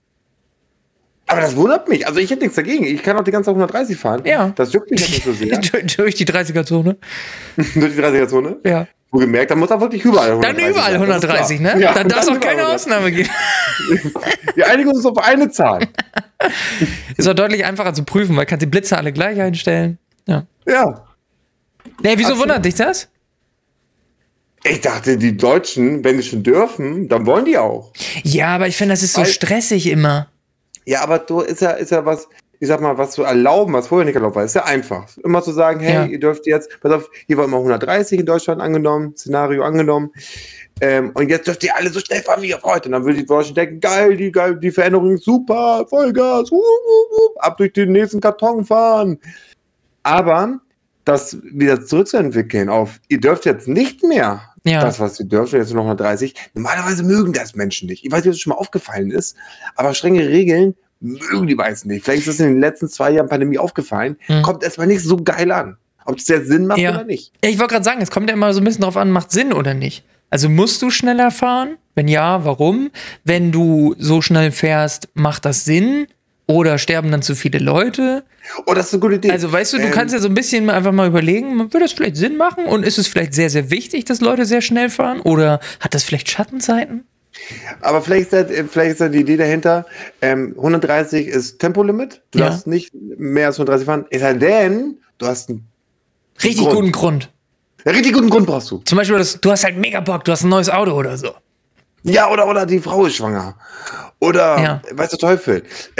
Aber das wundert mich. Also ich hätte nichts dagegen. Ich kann auch die ganze Zeit 130 fahren. Ja. Das juckt mich nicht so sehr. Durch die 30er-Zone. Durch die 30er-Zone? Ja. Wo gemerkt, da muss auch wirklich überall 130 Dann überall 130, ne? Ja, dann darf es auch keine 130. Ausnahme geben. Wir einigen uns auf eine Zahl. Ist auch deutlich einfacher zu prüfen, weil kannst die Blitze alle gleich einstellen. Ja. Ja. Nee, wieso wundert dich das? Ich dachte, die Deutschen, wenn sie schon dürfen, dann wollen die auch. Ja, aber ich finde, das ist so stressig immer. Ja, aber du ist ja was, ich sag mal, was zu erlauben, was vorher nicht erlaubt war, ist ja einfach. Immer zu sagen, hey, ihr dürft jetzt, pass auf, hier war immer 130 in Deutschland angenommen, Szenario angenommen, und jetzt dürft ihr alle so schnell fahren wie ihr wollt. Und dann würde die Deutschen denken, geil, die Veränderung ist super, Vollgas, ab durch den nächsten Karton fahren. Aber das wieder zurückzuentwickeln auf, ihr dürft jetzt nicht mehr das, was ihr dürft, jetzt nur noch 130. Normalerweise mögen das Menschen nicht. Ich weiß nicht, ob es schon mal aufgefallen ist, aber strenge Regeln mögen die meisten nicht. Vielleicht ist es in den letzten 2 Jahren Pandemie aufgefallen. Kommt erstmal nicht so geil an. Ob das jetzt Sinn macht oder nicht. Ja, ich wollte gerade sagen, es kommt ja immer so ein bisschen drauf an, macht Sinn oder nicht. Also musst du schneller fahren? Wenn ja, warum? Wenn du so schnell fährst, macht das Sinn? Oder sterben dann zu viele Leute? Oh, das ist eine gute Idee. Also weißt du, du kannst ja so ein bisschen einfach mal überlegen, würde das vielleicht Sinn machen? Und ist es vielleicht sehr, sehr wichtig, dass Leute sehr schnell fahren? Oder hat das vielleicht Schattenseiten? Aber vielleicht ist da die Idee dahinter, 130 ist Tempolimit. Du darfst nicht mehr als 130 fahren. Es sei denn, du hast einen richtig guten Grund. Einen richtig guten Grund brauchst du. Zum Beispiel, du hast halt mega Bock, du hast ein neues Auto oder so. Ja, oder die Frau ist schwanger. Oder, weiß der Teufel,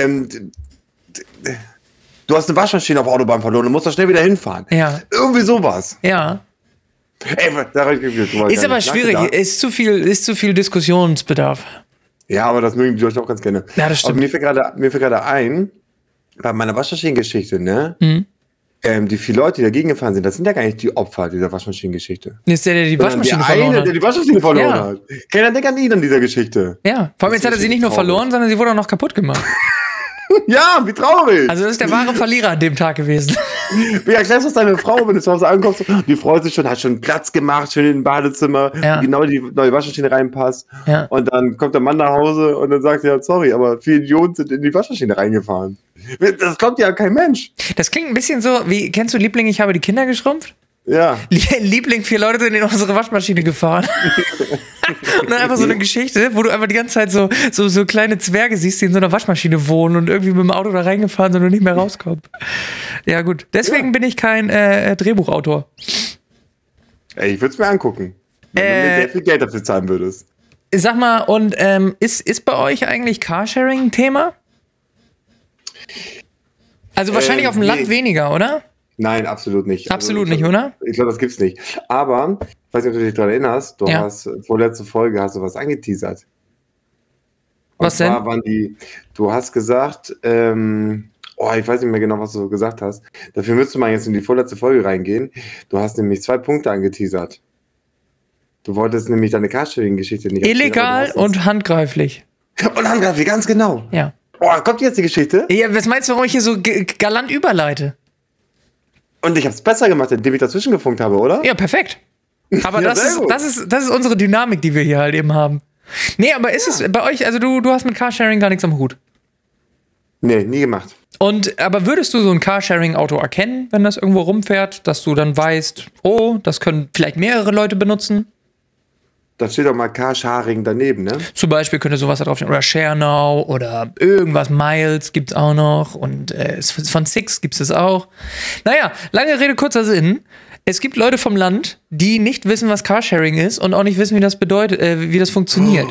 du hast eine Waschmaschine auf der Autobahn verloren und musst da schnell wieder hinfahren. Ja. Irgendwie sowas. Ja. Ey, ist aber schwierig, ist zu viel Diskussionsbedarf. Ja, aber das mögen die Leute auch ganz gerne. Ja, das stimmt. Aber mir fällt gerade ein, bei meiner Waschmaschinengeschichte, ne? Die 4 Leute, die dagegen gefahren sind, das sind ja gar nicht die Opfer dieser Waschmaschinengeschichte. Das ist der die Waschmaschine verloren hat. Der die Waschmaschine verloren hat. Keiner denkt an ihn in dieser Geschichte. Ja, vor allem jetzt hat er sie nicht nur verloren, sondern sie wurde auch noch kaputt gemacht. Ja, wie traurig. Also das ist der wahre Verlierer an dem Tag gewesen. Wie erklärst du das deine Frau, wenn du zu Hause ankommst? Die freut sich schon, hat schon Platz gemacht, schön in den Badezimmer, genau die neue Waschmaschine reinpasst. Ja. Und dann kommt der Mann nach Hause und dann sagt er, sorry, aber 4 Idioten sind in die Waschmaschine reingefahren. Das kommt ja kein Mensch. Das klingt ein bisschen so, wie, kennst du Liebling, ich habe die Kinder geschrumpft? Ja. Liebling, 4 Leute sind in unsere Waschmaschine gefahren. Und dann einfach so eine Geschichte, wo du einfach die ganze Zeit so kleine Zwerge siehst, die in so einer Waschmaschine wohnen und irgendwie mit dem Auto da reingefahren sind und nicht mehr rauskommen. Ja, gut. Deswegen bin ich kein Drehbuchautor. Ey, ich würde es mir angucken. Wenn du mir sehr viel Geld dafür zahlen würdest. Sag mal, und ist bei euch eigentlich Carsharing ein Thema? Also wahrscheinlich auf dem Land weniger, oder? Nein, absolut nicht. Absolut nicht, oder? Ich glaube, das gibt's nicht. Aber, ich weiß nicht, ob du dich daran erinnerst, du hast vorletzte Folge hast du was angeteasert. Was denn? Du hast gesagt, ich weiß nicht mehr genau, was du gesagt hast. Dafür müsste man jetzt in die vorletzte Folge reingehen. Du hast nämlich 2 Punkte angeteasert. Du wolltest nämlich deine Carsharing-Geschichte nicht illegal und handgreiflich. Und handgreiflich, ganz genau. Ja. Oh, kommt jetzt die Geschichte? Ja, was meinst du, warum ich hier so galant überleite? Und ich habe es besser gemacht, indem ich dazwischen gefunkt habe, oder? Ja, perfekt. Aber das ist unsere Dynamik, die wir hier halt eben haben. Nee, aber ist es bei euch, also du hast mit Carsharing gar nichts am Hut? Nee, nie gemacht. Aber würdest du so ein Carsharing-Auto erkennen, wenn das irgendwo rumfährt, dass du dann weißt, oh, das können vielleicht mehrere Leute benutzen? Da steht doch mal Carsharing daneben, ne? Zum Beispiel könnte sowas da draufstehen. Oder ShareNow oder irgendwas. Miles gibt's auch noch. Und von Six gibt's es auch. Naja, lange Rede, kurzer Sinn. Es gibt Leute vom Land, die nicht wissen, was Carsharing ist und auch nicht wissen, wie das bedeutet, wie das funktioniert.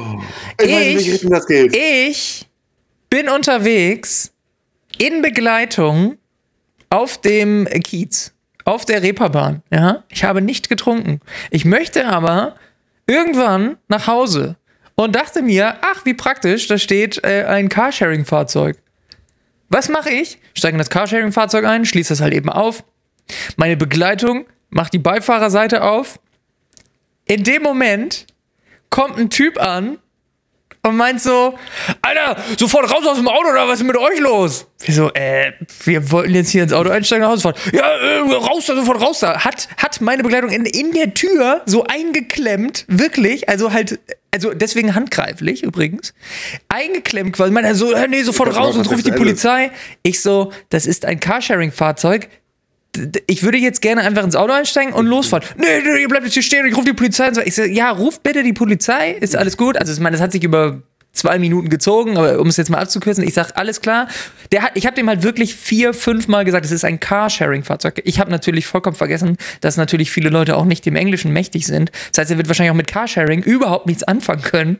Ich bin unterwegs in Begleitung auf dem Kiez, auf der Reeperbahn. Ja? Ich habe nicht getrunken. Ich möchte aber irgendwann nach Hause und dachte mir, ach, wie praktisch, da steht ein Carsharing-Fahrzeug. Was mache ich? Steige in das Carsharing-Fahrzeug ein, schließe das halt eben auf. Meine Begleitung macht die Beifahrerseite auf. In dem Moment kommt ein Typ an und meint so, Alter, sofort raus aus dem Auto oder was ist mit euch los? Wir so, wir wollten jetzt hier ins Auto einsteigen, nach Hause fahren. Ja, raus da, sofort raus da. Hat meine Begleitung in der Tür so eingeklemmt, wirklich, also deswegen handgreiflich übrigens, eingeklemmt quasi. Ich meine, so, nee, sofort raus, sonst rufe ich die Polizei. Ich so, das ist ein Carsharing-Fahrzeug. Ich würde jetzt gerne einfach ins Auto einsteigen und losfahren. Nee, ihr bleibt jetzt hier stehen und ich rufe die Polizei. Und so. Ich so, ja, ruf bitte die Polizei, ist alles gut. Also ich meine, das hat sich über 2 Minuten gezogen, aber um es jetzt mal abzukürzen, ich sag, alles klar. Ich habe dem halt wirklich 4-5 Mal gesagt, es ist ein Carsharing-Fahrzeug. Ich habe natürlich vollkommen vergessen, dass natürlich viele Leute auch nicht dem Englischen mächtig sind. Das heißt, er wird wahrscheinlich auch mit Carsharing überhaupt nichts anfangen können.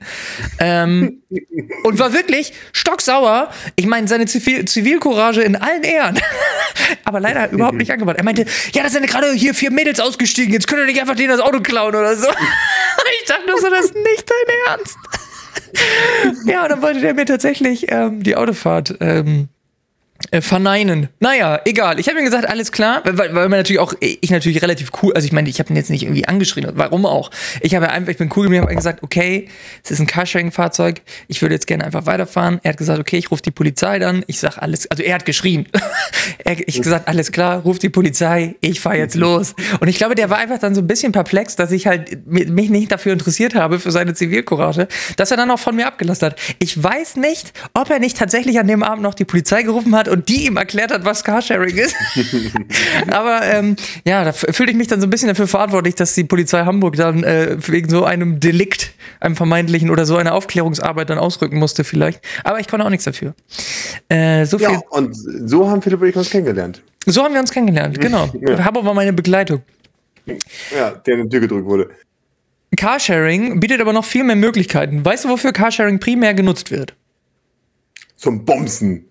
Und war wirklich stocksauer. Ich meine, seine Zivilcourage in allen Ehren. Aber leider überhaupt nicht angebracht. Er meinte, ja, da sind gerade hier 4 Mädels ausgestiegen, jetzt könnt ihr nicht einfach denen das Auto klauen oder so. Ich dachte nur so, das ist nicht dein Ernst. Ja, und dann wollte der mir tatsächlich die Autofahrt verneinen. Naja, egal. Ich habe ihm gesagt, alles klar, weil man natürlich auch, ich natürlich relativ cool, also ich meine, ich habe ihn jetzt nicht irgendwie angeschrien, warum auch? Ich bin cool geblieben, habe gesagt, okay, es ist ein Carsharing-Fahrzeug, ich würde jetzt gerne einfach weiterfahren. Er hat gesagt, okay, ich rufe die Polizei dann. Ich sag alles, also er hat geschrien. Ich gesagt, alles klar, ruf die Polizei, ich fahre jetzt los. Und ich glaube, der war einfach dann so ein bisschen perplex, dass ich halt mich nicht dafür interessiert habe, für seine Zivilcourage, dass er dann auch von mir abgelassen hat. Ich weiß nicht, ob er nicht tatsächlich an dem Abend noch die Polizei gerufen hat und die ihm erklärt hat, was Carsharing ist. Aber ja, da fühlte ich mich dann so ein bisschen dafür verantwortlich, dass die Polizei Hamburg dann wegen so einem Delikt, einem vermeintlichen oder so einer Aufklärungsarbeit dann ausrücken musste vielleicht. Aber ich konnte auch nichts dafür. So viel. Ja, und so haben Philipp und ich uns kennengelernt. So haben wir uns kennengelernt, genau. Ja. Hamburg war meine Begleitung. Ja, der in die Tür gedrückt wurde. Carsharing bietet aber noch viel mehr Möglichkeiten. Weißt du, wofür Carsharing primär genutzt wird? Zum Bumsen.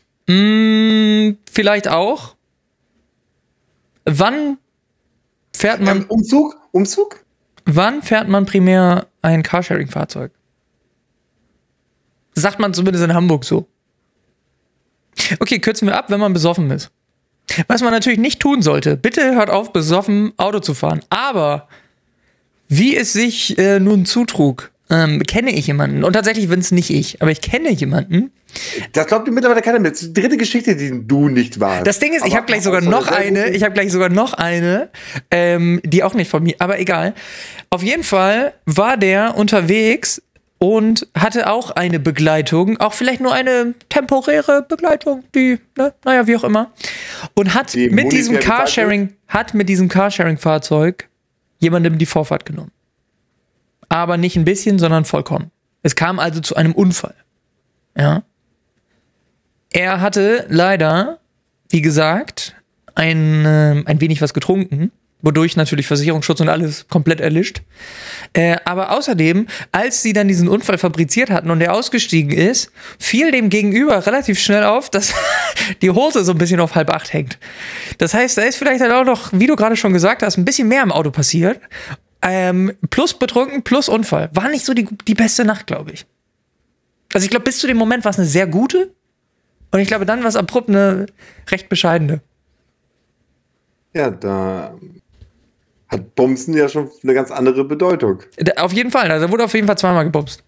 Vielleicht auch. Wann fährt man... Umzug? Wann fährt man primär ein Carsharing-Fahrzeug? Sagt man zumindest in Hamburg so. Okay, kürzen wir ab, wenn man besoffen ist. Was man natürlich nicht tun sollte. Bitte hört auf, besoffen Auto zu fahren. Aber wie es sich nun zutrug, kenne ich jemanden. Und tatsächlich bin es nicht ich, aber ich kenne jemanden. Das glaubt ihr mittlerweile keiner mehr. Das ist die dritte Geschichte, die du nicht warst. Das Ding ist, ich habe gleich sogar noch eine, die auch nicht von mir, aber egal. Auf jeden Fall war der unterwegs und hatte auch eine Begleitung, auch vielleicht nur eine temporäre Begleitung, die, naja, wie auch immer. Und hat mit diesem Carsharing-Fahrzeug jemandem die Vorfahrt genommen. Aber nicht ein bisschen, sondern vollkommen. Es kam also zu einem Unfall. Ja. Er hatte leider, wie gesagt, ein wenig was getrunken, wodurch natürlich Versicherungsschutz und alles komplett erlischt. Aber außerdem, als sie dann diesen Unfall fabriziert hatten und er ausgestiegen ist, fiel dem Gegenüber relativ schnell auf, dass die Hose so ein bisschen auf 7:30 hängt. Das heißt, da ist vielleicht halt auch noch, wie du gerade schon gesagt hast, ein bisschen mehr im Auto passiert. Plus betrunken, plus Unfall. War nicht so die beste Nacht, glaube ich. Also ich glaube, bis zu dem Moment war es eine sehr gute. Und ich glaube, dann war es abrupt eine recht bescheidene. Ja, da hat Bumsen ja schon eine ganz andere Bedeutung. Auf jeden Fall. Also da wurde auf jeden Fall 2-mal gebumst.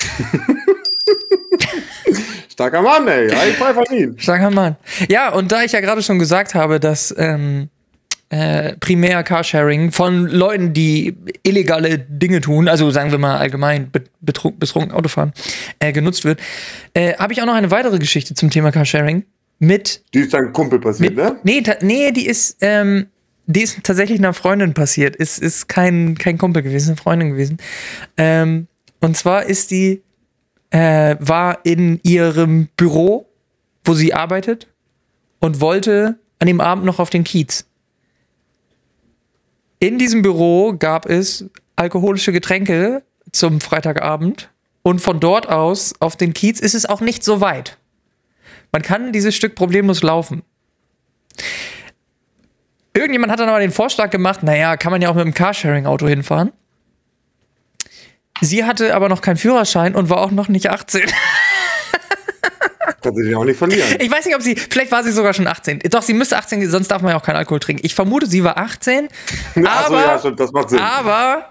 Starker Mann, ey. Ich pfeife ihn. Starker Mann. Ja, und da ich ja gerade schon gesagt habe, dass primär Carsharing von Leuten, die illegale Dinge tun, also sagen wir mal allgemein betrunken Autofahren, genutzt wird, habe ich auch noch eine weitere Geschichte zum Thema Carsharing mit. Die ist deinem Kumpel passiert, ne? Nee, die ist tatsächlich einer Freundin passiert. Ist kein Kumpel gewesen, eine Freundin gewesen. Und zwar ist die war in ihrem Büro, wo sie arbeitet, und wollte an dem Abend noch auf den Kiez. In diesem Büro gab es alkoholische Getränke zum Freitagabend und von dort aus auf den Kiez ist es auch nicht so weit. Man kann dieses Stück problemlos laufen. Irgendjemand hat dann aber den Vorschlag gemacht, naja, kann man ja auch mit dem Carsharing-Auto hinfahren. Sie hatte aber noch keinen Führerschein und war auch noch nicht 18. Kann sie sich auch nicht verlieren. Ich weiß nicht, vielleicht war sie sogar schon 18. Doch, sie müsste 18 sein, sonst darf man ja auch keinen Alkohol trinken. Ich vermute, sie war 18. Achso, ja, stimmt, das macht Sinn. Aber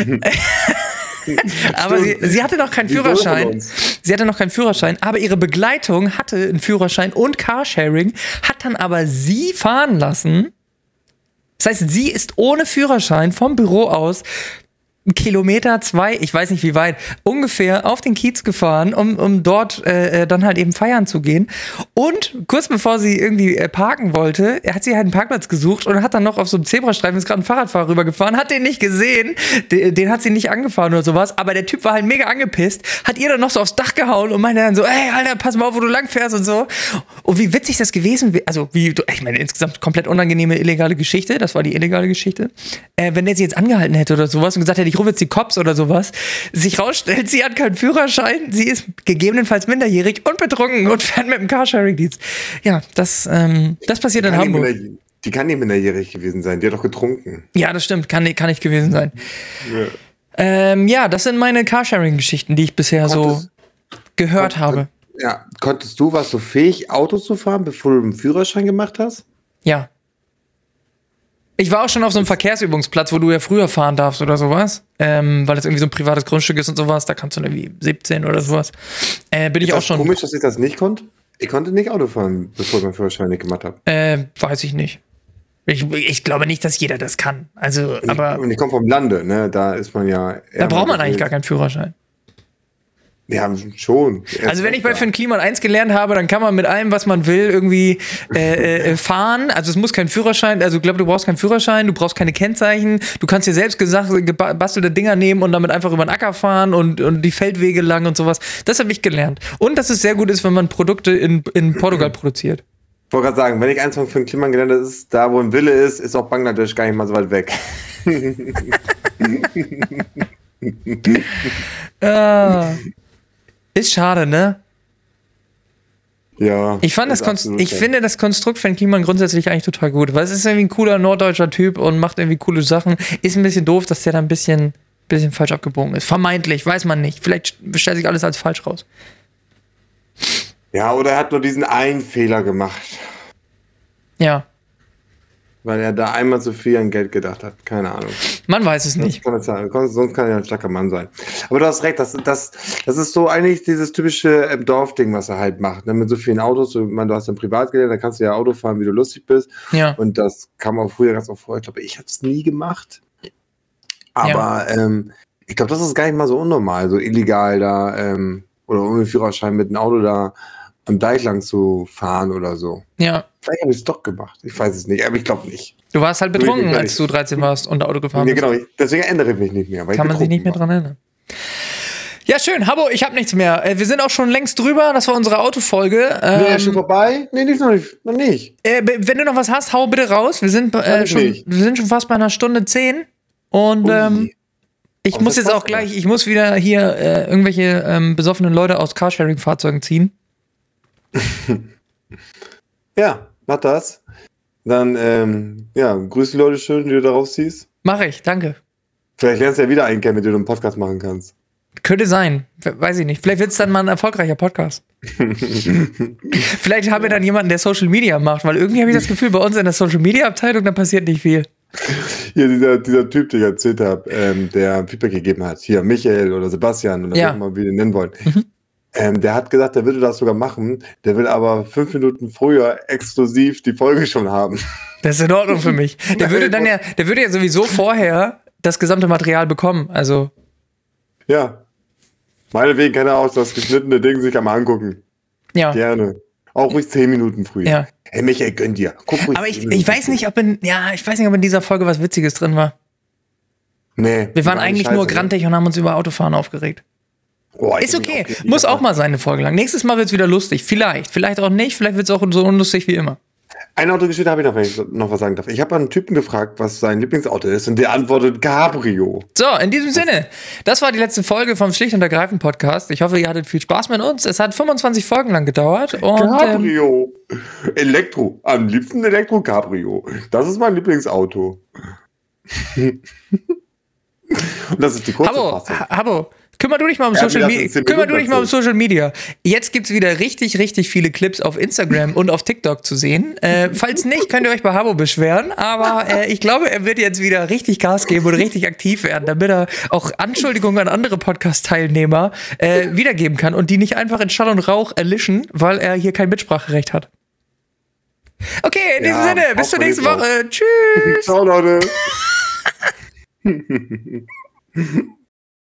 sie hatte noch keinen Führerschein. Sie hatte noch keinen Führerschein, aber ihre Begleitung hatte einen Führerschein und Carsharing, hat dann aber sie fahren lassen. Das heißt, sie ist ohne Führerschein vom Büro aus 1 Kilometer, 2, ich weiß nicht wie weit, ungefähr auf den Kiez gefahren, um dort dann halt eben feiern zu gehen. Und kurz bevor sie irgendwie parken wollte, hat sie halt einen Parkplatz gesucht und hat dann noch auf so einem Zebrastreifen, ist gerade ein Fahrradfahrer rübergefahren, hat den nicht gesehen, den hat sie nicht angefahren oder sowas, aber der Typ war halt mega angepisst, hat ihr dann noch so aufs Dach gehauen und meinte dann so, ey, Alter, pass mal auf, wo du lang fährst und so. Und wie witzig das gewesen wäre, also ich meine, insgesamt komplett unangenehme, illegale Geschichte, das war die illegale Geschichte, wenn der sie jetzt angehalten hätte oder sowas und gesagt hätte, ich rufe jetzt die Cops oder sowas, sich rausstellt, sie hat keinen Führerschein, sie ist gegebenenfalls minderjährig und betrunken und fährt mit dem Carsharing-Dienst. Ja, das passiert in Hamburg. Die kann nicht minderjährig gewesen sein, die hat doch getrunken. Ja, das stimmt, kann nicht gewesen sein. Ja, das sind meine Carsharing-Geschichten, die ich bisher so gehört habe. Ja, warst du fähig, Autos zu fahren, bevor du einen Führerschein gemacht hast? Ja. Ich war auch schon auf so einem Verkehrsübungsplatz, wo du ja früher fahren darfst oder sowas, weil das irgendwie so ein privates Grundstück ist und sowas, da kannst du irgendwie 17 oder sowas. Bin ich auch schon. Komisch, dass ich das nicht konnte? Ich konnte nicht Auto fahren, bevor ich meinen Führerschein nicht gemacht habe. Weiß ich nicht. Ich glaube nicht, dass jeder das kann. Also, und ich komme vom Lande, ne? Da ist man ja. Da braucht man eigentlich gar keinen Führerschein. Ja, schon. Also wenn ich bei Finn Kliman 1 gelernt habe, dann kann man mit allem, was man will, irgendwie fahren. Also es muss kein Führerschein, also ich glaube, du brauchst keinen Führerschein, du brauchst keine Kennzeichen, du kannst dir selbst gebastelte Dinger nehmen und damit einfach über den Acker fahren und die Feldwege lang und sowas. Das habe ich gelernt. Und dass es sehr gut ist, wenn man Produkte in Portugal produziert. Ich wollte gerade sagen, wenn ich eins von Finn Kliman gelernt habe, ist, da wo ein Wille ist auch Bangladesch gar nicht mal so weit weg. Ist schade, ne? Ja. Ich finde das Konstrukt Finn Kliman grundsätzlich eigentlich total gut, weil es ist irgendwie ein cooler norddeutscher Typ und macht irgendwie coole Sachen. Ist ein bisschen doof, dass der da ein bisschen falsch abgebogen ist. Vermeintlich, weiß man nicht. Vielleicht stellt sich alles als falsch raus. Ja, oder er hat nur diesen einen Fehler gemacht. Ja. Weil er da einmal zu viel an Geld gedacht hat. Keine Ahnung. Man weiß es nicht. Sonst kann er ja ein starker Mann sein. Aber du hast recht, das ist so eigentlich dieses typische Dorfding, was er halt macht. Ne? Mit so vielen Autos, du hast ja privat gelernt, da kannst du ja Auto fahren, wie du lustig bist. Ja. Und das kam auch früher ganz oft vor. Ich glaube, ich habe es nie gemacht. Aber ich glaube, das ist gar nicht mal so unnormal, so illegal da oder ohne Führerschein mit einem Auto da am Deich lang zu fahren oder so. Ja. Vielleicht habe ich es doch gemacht. Ich weiß es nicht, aber ich glaube nicht. Du warst halt betrunken, als du 13 warst und Auto gefahren bist. Ja, genau. Deswegen erinnere ich mich nicht mehr. Kann man sich nicht mehr dran erinnern. Ja, schön. Habbo, ich habe nichts mehr. Wir sind auch schon längst drüber. Das war unsere Autofolge. Nee, schon vorbei? Nee, noch nicht. Wenn du noch was hast, hau bitte raus. Wir sind schon fast bei 1:10. Und ich muss jetzt auch gleich, ich muss wieder hier irgendwelche besoffenen Leute aus Carsharing-Fahrzeugen ziehen. Ja, mach das. Dann, grüß die Leute schön, die du darauf ziehst. Mach ich, danke. Vielleicht lernst du ja wieder einen kennen, mit dem du einen Podcast machen kannst. Könnte sein, weiß ich nicht. Vielleicht wird es dann mal ein erfolgreicher Podcast. Vielleicht haben wir dann jemanden, der Social Media macht, weil irgendwie habe ich das Gefühl, bei uns in der Social Media Abteilung, da passiert nicht viel. Hier, dieser Typ, den ich erzählt habe, der Feedback gegeben hat. Hier, Michael oder Sebastian oder wie auch immer wir den nennen wollen. Der hat gesagt, der würde das sogar machen. Der will aber 5 Minuten früher exklusiv die Folge schon haben. Das ist in Ordnung für mich. Der würde ja sowieso vorher das gesamte Material bekommen. Also. Ja. Meinetwegen kann er auch das geschnittene Ding sich einmal angucken. Ja. Gerne. Auch ruhig 10 Minuten früher. Ja. Hey Michael, gönn dir. Guck ruhig. Aber ich weiß nicht, ob in dieser Folge was Witziges drin war. Nee. Wir waren eigentlich nur grantig und haben uns über Autofahren aufgeregt. Oh, ist okay. Muss auch mal sein, eine Folge lang. Nächstes Mal wird es wieder lustig. Vielleicht auch nicht. Vielleicht wird es auch so unlustig wie immer. Eine Autogeschichte habe ich noch, wenn ich noch was sagen darf. Ich habe einen Typen gefragt, was sein Lieblingsauto ist, und der antwortet Cabrio. So, in diesem Sinne, das war die letzte Folge vom Schlicht und Ergreifend Podcast. Ich hoffe, ihr hattet viel Spaß mit uns. Es hat 25 Folgen lang gedauert. Und, Cabrio. Elektro. Am liebsten Elektro-Cabrio. Das ist mein Lieblingsauto. Und das ist die kurze Fassung. Habbo. Kümmer du dich mal um Social Media. Jetzt gibt's wieder richtig, richtig viele Clips auf Instagram und auf TikTok zu sehen. Falls nicht, könnt ihr euch bei Habbo beschweren. Aber ich glaube, er wird jetzt wieder richtig Gas geben und richtig aktiv werden, damit er auch Anschuldigungen an andere Podcast-Teilnehmer wiedergeben kann und die nicht einfach in Schall und Rauch erlischen, weil er hier kein Mitspracherecht hat. Okay, in diesem Sinne, bis zur nächsten Woche. Tschüss. Ciao, Leute.